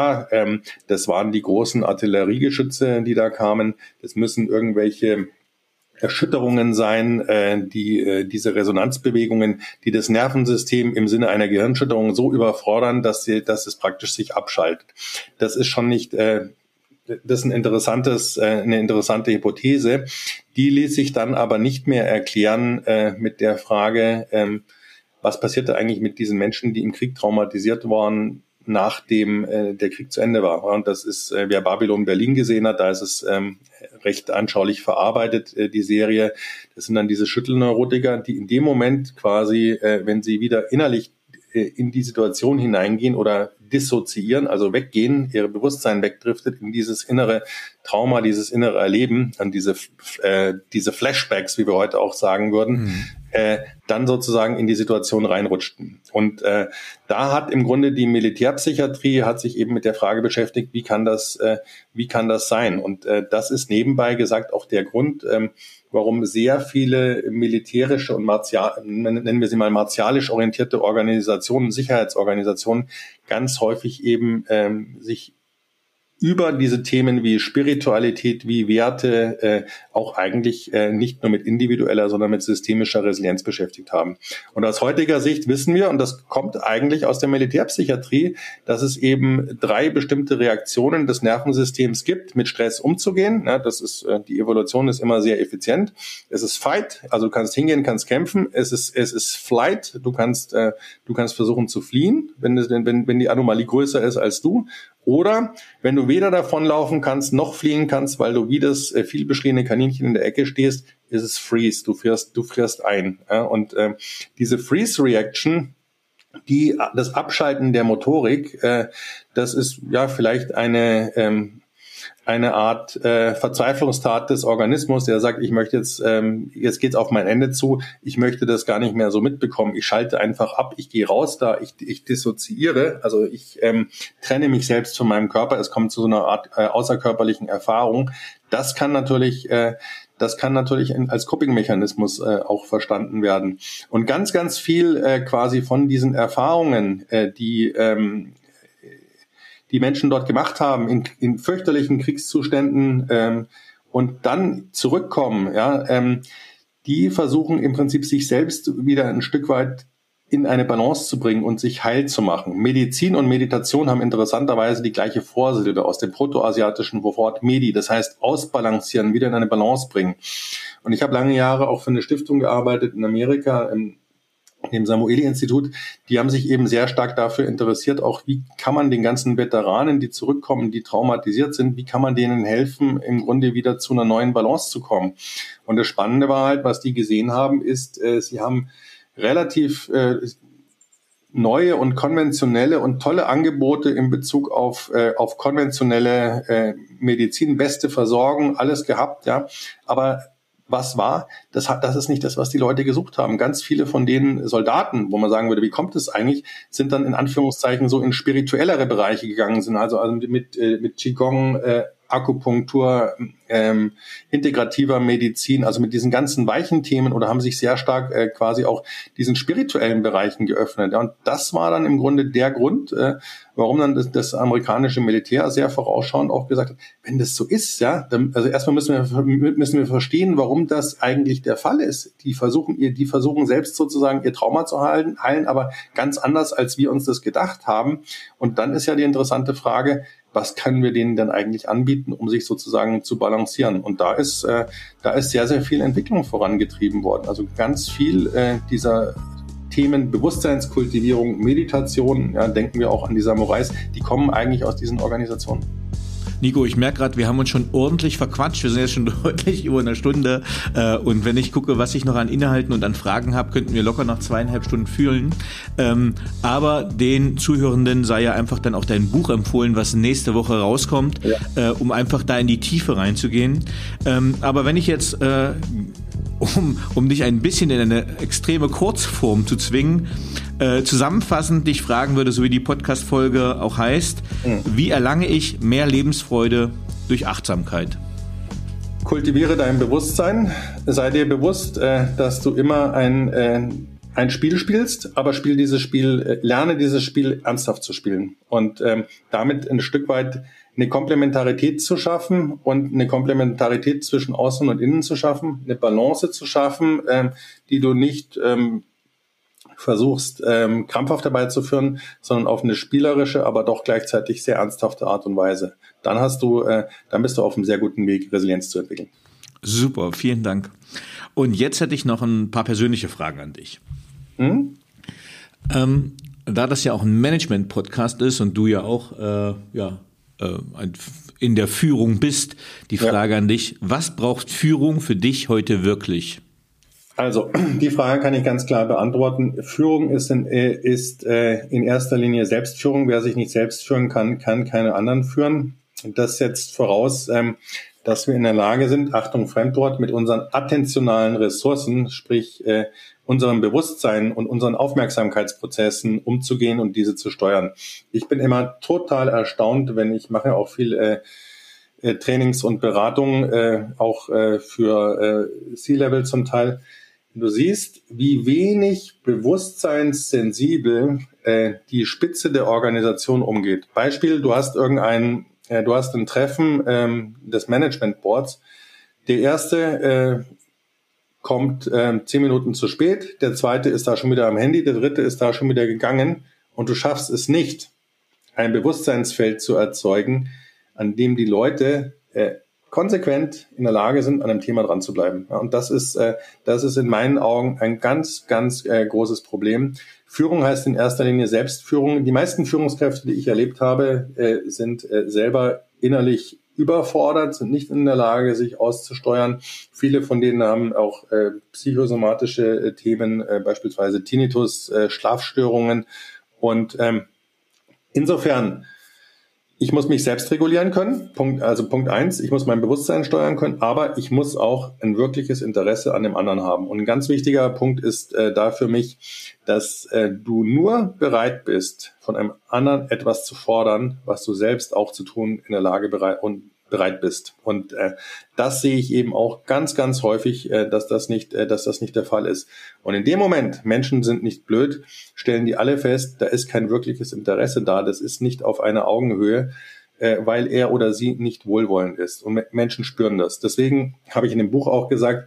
das waren die großen Artilleriegeschütze, die da kamen. Das müssen irgendwelche Erschütterungen sein, diese Resonanzbewegungen, die das Nervensystem im Sinne einer Gehirnschütterung so überfordern, dass es praktisch sich abschaltet. Das ist schon nicht, das ist eine interessante Hypothese. Die ließ sich dann aber nicht mehr erklären mit der Frage, was passierte eigentlich mit diesen Menschen, die im Krieg traumatisiert waren, nachdem der Krieg zu Ende war. Und das ist, wer Babylon Berlin gesehen hat, da ist es recht anschaulich verarbeitet, die Serie. Das sind dann diese Schüttelneurotiker, die in dem Moment quasi, wenn sie wieder innerlich in die Situation hineingehen oder dissoziieren, also weggehen, ihr Bewusstsein wegdriftet in dieses innere Trauma, dieses innere Erleben, an diese Flashbacks, wie wir heute auch sagen würden, dann sozusagen in die Situation reinrutschten. Und da hat im Grunde die Militärpsychiatrie hat sich eben mit der Frage beschäftigt, wie kann das sein? Und das ist nebenbei gesagt auch der Grund, warum sehr viele militärische und nennen wir sie mal martialisch orientierte Organisationen, Sicherheitsorganisationen ganz häufig eben sich über diese Themen wie Spiritualität, wie Werte auch eigentlich nicht nur mit individueller, sondern mit systemischer Resilienz beschäftigt haben. Und aus heutiger Sicht wissen wir, und das kommt eigentlich aus der Militärpsychiatrie, dass es eben 3 bestimmte Reaktionen des Nervensystems gibt, mit Stress umzugehen. Ja, das ist die Evolution ist immer sehr effizient. Es ist Fight, also du kannst hingehen, kannst kämpfen. Es ist Flight, du kannst versuchen zu fliehen, wenn die Anomalie größer ist als du. Oder wenn du weder davonlaufen kannst noch fliehen kannst, weil du wie das viel beschriebene Kaninchen in der Ecke stehst, ist es Freeze. Du frierst ein. Ja? Und diese Freeze-Reaction, das Abschalten der Motorik, das ist ja vielleicht eine Art Verzweiflungstat des Organismus, der sagt, ich möchte jetzt geht's auf mein Ende zu, ich möchte das gar nicht mehr so mitbekommen, ich schalte einfach ab, ich gehe raus da, ich dissoziiere, also ich trenne mich selbst von meinem Körper, es kommt zu so einer Art außerkörperlichen Erfahrung. Das kann natürlich das kann natürlich als Coping-Mechanismus auch verstanden werden. Und ganz, ganz viel quasi von diesen Erfahrungen, die Menschen dort gemacht haben, in fürchterlichen Kriegszuständen und dann zurückkommen, die versuchen im Prinzip sich selbst wieder ein Stück weit in eine Balance zu bringen und sich heil zu machen. Medizin und Meditation haben interessanterweise die gleiche Vorsilbe aus dem protoasiatischen Wort Medi, das heißt ausbalancieren, wieder in eine Balance bringen. Und ich habe lange Jahre auch für eine Stiftung gearbeitet in Amerika, dem Samueli-Institut. Die haben sich eben sehr stark dafür interessiert, auch wie kann man den ganzen Veteranen, die zurückkommen, die traumatisiert sind, wie kann man denen helfen, im Grunde wieder zu einer neuen Balance zu kommen. Und das Spannende war halt, was die gesehen haben, ist, sie haben relativ neue und konventionelle und tolle Angebote in Bezug auf konventionelle Medizin, beste Versorgung, alles gehabt, ja. Aber was war? Das ist nicht das, was die Leute gesucht haben. Ganz viele von den Soldaten, wo man sagen würde, wie kommt es eigentlich, sind dann in Anführungszeichen so in spirituellere Bereiche gegangen, sind also mit Qigong, Akupunktur, integrativer Medizin, also mit diesen ganzen weichen Themen oder haben sich sehr stark quasi auch diesen spirituellen Bereichen geöffnet. Ja, und das war dann im Grunde der Grund, warum dann das amerikanische Militär sehr vorausschauend auch gesagt hat, wenn das so ist, ja, dann, also erstmal müssen wir verstehen, warum das eigentlich der Fall ist. Die versuchen selbst sozusagen ihr Trauma zu heilen, aber ganz anders, als wir uns das gedacht haben. Und dann ist ja die interessante Frage, was können wir denen denn eigentlich anbieten, um sich sozusagen zu balancieren? Und da ist sehr, sehr viel Entwicklung vorangetrieben worden. Also ganz viel dieser Themen Bewusstseinskultivierung, Meditation, ja, denken wir auch an die Samurais, die kommen eigentlich aus diesen Organisationen. Nico, ich merke gerade, wir haben uns schon ordentlich verquatscht. Wir sind jetzt schon deutlich über eine Stunde. Und wenn ich gucke, was ich noch an Inhalten und an Fragen habe, könnten wir locker noch 2,5 Stunden füllen. Aber den Zuhörenden sei ja einfach dann auch dein Buch empfohlen, was nächste Woche rauskommt, um einfach da in die Tiefe reinzugehen. Aber wenn ich jetzt, um dich ein bisschen in eine extreme Kurzform zu zwingen, zusammenfassend dich fragen würde, so wie die Podcast-Folge auch heißt, wie erlange ich mehr Lebensfreude durch Achtsamkeit? Kultiviere dein Bewusstsein, sei dir bewusst, dass du immer ein Spiel spielst, aber lerne dieses Spiel ernsthaft zu spielen und damit ein Stück weit eine Komplementarität zu schaffen und eine Komplementarität zwischen Außen und Innen zu schaffen, eine Balance zu schaffen, die du nicht versuchst, krampfhaft herbeizuführen, sondern auf eine spielerische, aber doch gleichzeitig sehr ernsthafte Art und Weise. Dann bist du auf einem sehr guten Weg, Resilienz zu entwickeln. Super, vielen Dank. Und jetzt hätte ich noch ein paar persönliche Fragen an dich. Da das ja auch ein Management-Podcast ist und du ja auch in der Führung bist, die Frage an dich, was braucht Führung für dich heute wirklich? Also, die Frage kann ich ganz klar beantworten. Führung ist in erster Linie Selbstführung. Wer sich nicht selbst führen kann, kann keine anderen führen. Das setzt voraus, dass wir in der Lage sind, Achtung, Fremdwort, mit unseren attentionalen Ressourcen, sprich unserem Bewusstsein und unseren Aufmerksamkeitsprozessen umzugehen und diese zu steuern. Ich bin immer total erstaunt, ich mache auch viel Trainings und Beratungen, auch für C-Level zum Teil. Du siehst, wie wenig bewusstseinssensibel die Spitze der Organisation umgeht. Beispiel, du hast ein Treffen des Management Boards. Der erste kommt 10 Minuten zu spät, der zweite ist da schon wieder am Handy, der dritte ist da schon wieder gegangen und du schaffst es nicht, ein Bewusstseinsfeld zu erzeugen, an dem die Leute konsequent in der Lage sind, an einem Thema dran zu bleiben. Ja, und das ist in meinen Augen ein ganz, ganz großes Problem. Führung heißt in erster Linie Selbstführung. Die meisten Führungskräfte, die ich erlebt habe, sind selber innerlich überfordert, sind nicht in der Lage, sich auszusteuern. Viele von denen haben auch psychosomatische Themen, beispielsweise Tinnitus, Schlafstörungen. Und insofern, ich muss mich selbst regulieren können. Punkt 1, ich muss mein Bewusstsein steuern können, aber ich muss auch ein wirkliches Interesse an dem anderen haben. Und ein ganz wichtiger Punkt ist da für mich, dass du nur bereit bist, von einem anderen etwas zu fordern, was du selbst auch zu tun in der Lage bereit bist. Und das sehe ich eben auch ganz, ganz häufig, dass das nicht der Fall ist. Und in dem Moment, Menschen sind nicht blöd, stellen die alle fest, da ist kein wirkliches Interesse da, das ist nicht auf einer Augenhöhe, weil er oder sie nicht wohlwollend ist. Und Menschen spüren das. Deswegen habe ich in dem Buch auch gesagt,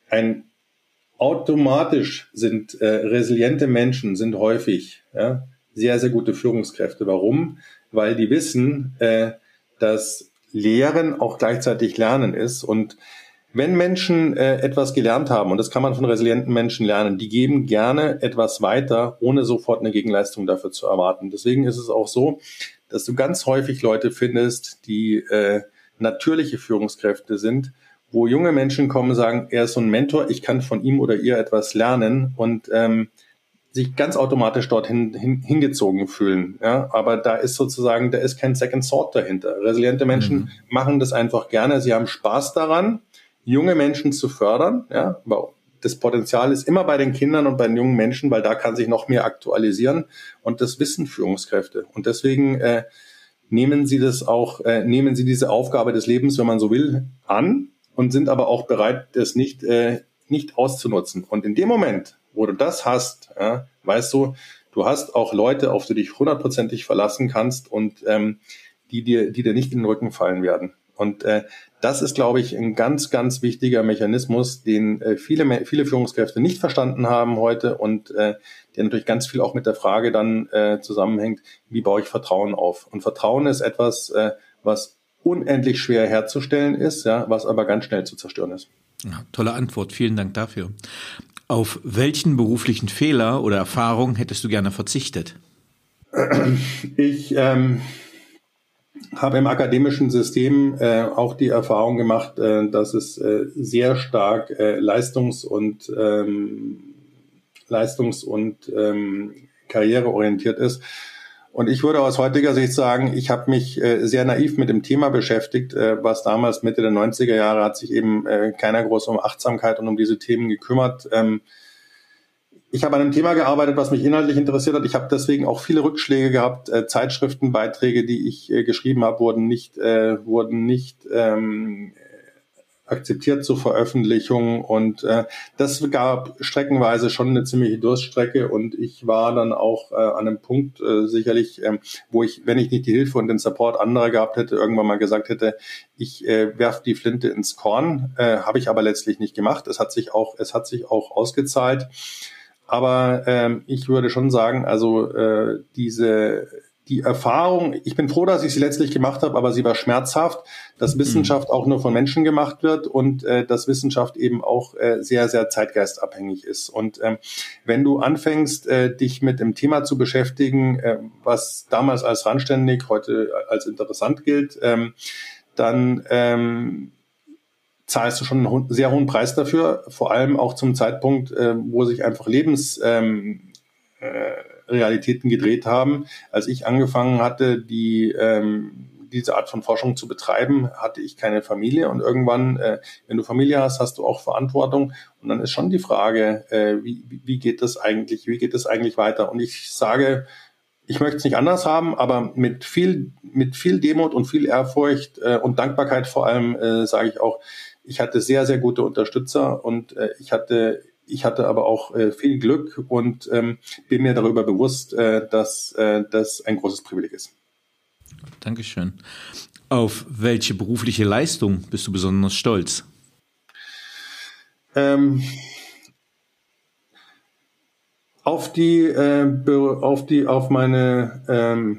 automatisch sind resiliente Menschen sind häufig sehr, sehr gute Führungskräfte. Warum? Weil die wissen, dass Lehren auch gleichzeitig Lernen ist. Und wenn Menschen etwas gelernt haben, und das kann man von resilienten Menschen lernen, die geben gerne etwas weiter, ohne sofort eine Gegenleistung dafür zu erwarten. Deswegen ist es auch so, dass du ganz häufig Leute findest, die natürliche Führungskräfte sind, wo junge Menschen kommen und sagen, er ist so ein Mentor, ich kann von ihm oder ihr etwas lernen und sich ganz automatisch dorthin hingezogen fühlen. Ja? Aber da ist kein Second Thought dahinter. Resiliente Menschen machen das einfach gerne. Sie haben Spaß daran, junge Menschen zu fördern. Ja? Aber das Potenzial ist immer bei den Kindern und bei den jungen Menschen, weil da kann sich noch mehr aktualisieren. Und das wissen Führungskräfte. Und deswegen nehmen sie diese Aufgabe des Lebens, wenn man so will, an und sind aber auch bereit, das nicht auszunutzen. Und in dem Moment, wo du das hast, weißt du, du hast auch Leute, auf die du dich 100% verlassen kannst und die dir nicht in den Rücken fallen werden. Und das ist, glaube ich, ein ganz, ganz wichtiger Mechanismus, den viele Führungskräfte nicht verstanden haben heute und der natürlich ganz viel auch mit der Frage dann zusammenhängt, wie baue ich Vertrauen auf? Und Vertrauen ist etwas, was unendlich schwer herzustellen ist, was aber ganz schnell zu zerstören ist. Ja, tolle Antwort, vielen Dank dafür. Auf welchen beruflichen Fehler oder Erfahrung hättest du gerne verzichtet? Ich habe im akademischen System auch die Erfahrung gemacht, dass es sehr stark leistungs- und karriereorientiert ist. Und ich würde aus heutiger Sicht sagen, ich habe mich sehr naiv mit dem Thema beschäftigt, was damals Mitte der 90er Jahre hat sich eben keiner groß um Achtsamkeit und um diese Themen gekümmert. Ich habe an einem Thema gearbeitet, was mich inhaltlich interessiert hat. Ich habe deswegen auch viele Rückschläge gehabt. Zeitschriftenbeiträge, die ich geschrieben habe, wurden nicht akzeptiert zur Veröffentlichung und das gab streckenweise schon eine ziemliche Durststrecke und ich war dann auch an einem Punkt sicherlich, wo ich, wenn ich nicht die Hilfe und den Support anderer gehabt hätte, irgendwann mal gesagt hätte, ich werfe die Flinte ins Korn, habe ich aber letztlich nicht gemacht. Es hat sich auch ausgezahlt, aber ich würde schon sagen, also die Erfahrung, ich bin froh, dass ich sie letztlich gemacht habe, aber sie war schmerzhaft, dass Wissenschaft auch nur von Menschen gemacht wird und dass Wissenschaft eben auch sehr, sehr zeitgeistabhängig ist. Und wenn du anfängst, dich mit dem Thema zu beschäftigen, was damals als randständig, heute als interessant gilt, dann zahlst du schon einen sehr hohen Preis dafür, vor allem auch zum Zeitpunkt, wo sich einfach Realitäten gedreht haben. Als ich angefangen hatte, diese Art von Forschung zu betreiben, hatte ich keine Familie und irgendwann, wenn du Familie hast, hast du auch Verantwortung und dann ist schon die Frage, wie geht das eigentlich weiter? Und ich sage, ich möchte es nicht anders haben, aber mit viel Demut und viel Ehrfurcht und Dankbarkeit vor allem sage ich auch, ich hatte sehr, sehr gute Unterstützer und ich hatte aber auch viel Glück und bin mir darüber bewusst, dass das ein großes Privileg ist. Dankeschön. Auf welche berufliche Leistung bist du besonders stolz? Auf meine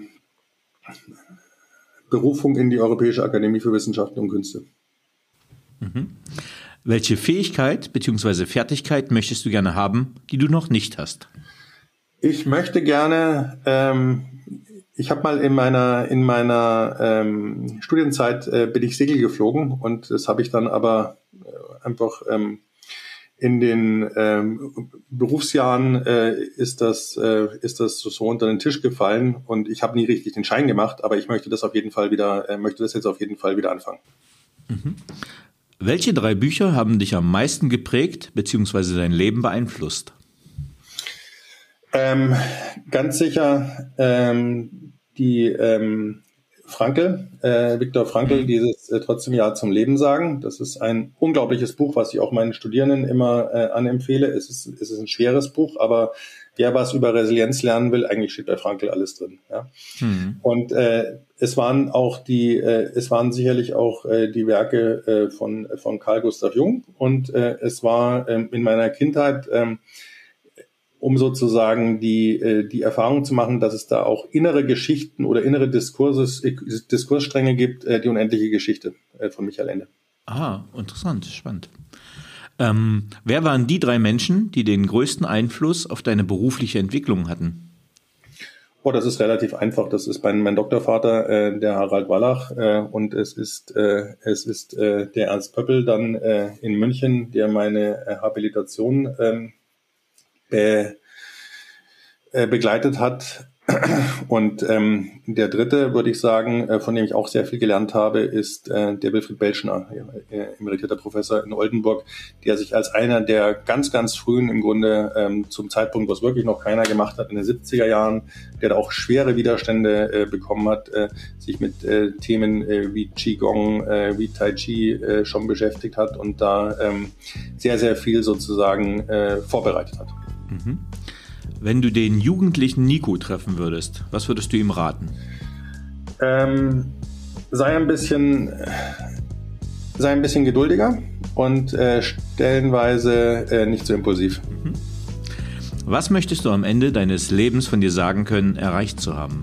Berufung in die Europäische Akademie für Wissenschaften und Künste. Mhm. Welche Fähigkeit bzw. Fertigkeit möchtest du gerne haben, die du noch nicht hast? Ich möchte gerne, ich habe mal in meiner Studienzeit bin ich Segel geflogen und das habe ich dann aber einfach in den Berufsjahren ist das so unter den Tisch gefallen und ich habe nie richtig den Schein gemacht, aber ich möchte das jetzt auf jeden Fall wieder anfangen. Mhm. Welche 3 Bücher haben dich am meisten geprägt bzw. dein Leben beeinflusst? Ganz sicher die Frankl, Viktor Frankl, dieses Trotzdem Ja zum Leben sagen. Das ist ein unglaubliches Buch, was ich auch meinen Studierenden immer anempfehle. Es ist ein schweres Buch, aber wer was über Resilienz lernen will, eigentlich steht bei Frankl alles drin. Ja? Und es waren sicherlich auch die Werke von Carl Gustav Jung, und es war in meiner Kindheit, um sozusagen die Erfahrung zu machen, dass es da auch innere Geschichten oder innere Diskursstränge gibt, die unendliche Geschichte von Michael Ende. Ah, interessant, spannend. Wer waren die 3 Menschen, die den größten Einfluss auf deine berufliche Entwicklung hatten? Oh, das ist relativ einfach. Das ist mein Doktorvater, der Harald Wallach, und es ist der Ernst Pöppel dann in München, der meine Habilitation begleitet hat. Und der dritte, würde ich sagen, von dem ich auch sehr viel gelernt habe, ist der Wilfried Belschner, emeritierter Professor in Oldenburg, der sich als einer der ganz, ganz frühen, im Grunde zum Zeitpunkt, wo es wirklich noch keiner gemacht hat, in den 70er Jahren, der da auch schwere Widerstände bekommen hat, sich mit Themen wie Qigong, wie Tai Chi schon beschäftigt hat und da sehr, sehr viel sozusagen vorbereitet hat. Mhm. Wenn du den jugendlichen Nico treffen würdest, was würdest du ihm raten? Sei ein bisschen geduldiger und stellenweise nicht so impulsiv. Mhm. Was möchtest du am Ende deines Lebens von dir sagen können, erreicht zu haben?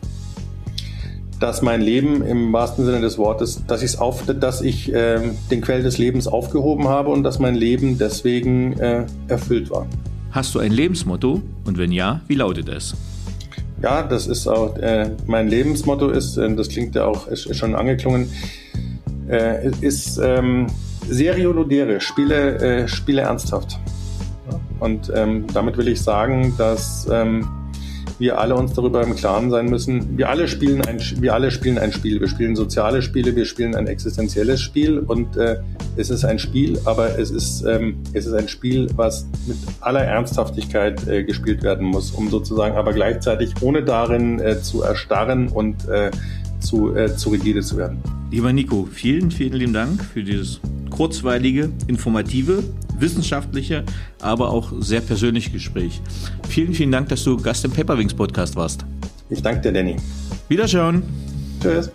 Dass mein Leben im wahrsten Sinne des Wortes, dass ich den Quell des Lebens aufgehoben habe und dass mein Leben deswegen erfüllt war. Hast du ein Lebensmotto? Und wenn ja, wie lautet es? Ja, das ist auch mein Lebensmotto ist, das klingt ja auch, ist schon angeklungen, ist Serio Ludere, Spiele ernsthaft. Und damit will ich sagen, dass wir alle uns darüber im Klaren sein müssen. Wir alle spielen ein Spiel. Wir spielen soziale Spiele, wir spielen ein existenzielles Spiel, und es ist ein Spiel, aber es ist ein Spiel, was mit aller Ernsthaftigkeit gespielt werden muss, um sozusagen aber gleichzeitig ohne darin zu erstarren und zu rigide zu werden. Lieber Nico, vielen, vielen lieben Dank für dieses kurzweilige, informative, wissenschaftliche, aber auch sehr persönliche Gespräch. Vielen, vielen Dank, dass du Gast im Paperwings Podcast warst. Ich danke dir, Danny. Wiederschauen. Tschüss.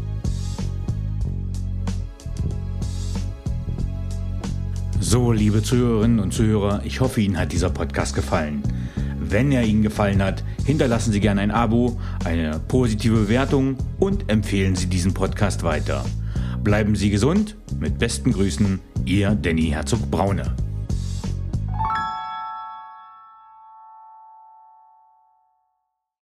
So, liebe Zuhörerinnen und Zuhörer, ich hoffe, Ihnen hat dieser Podcast gefallen. Wenn er Ihnen gefallen hat, hinterlassen Sie gerne ein Abo, eine positive Bewertung und empfehlen Sie diesen Podcast weiter. Bleiben Sie gesund. Mit besten Grüßen, Ihr Danny Herzog-Braune.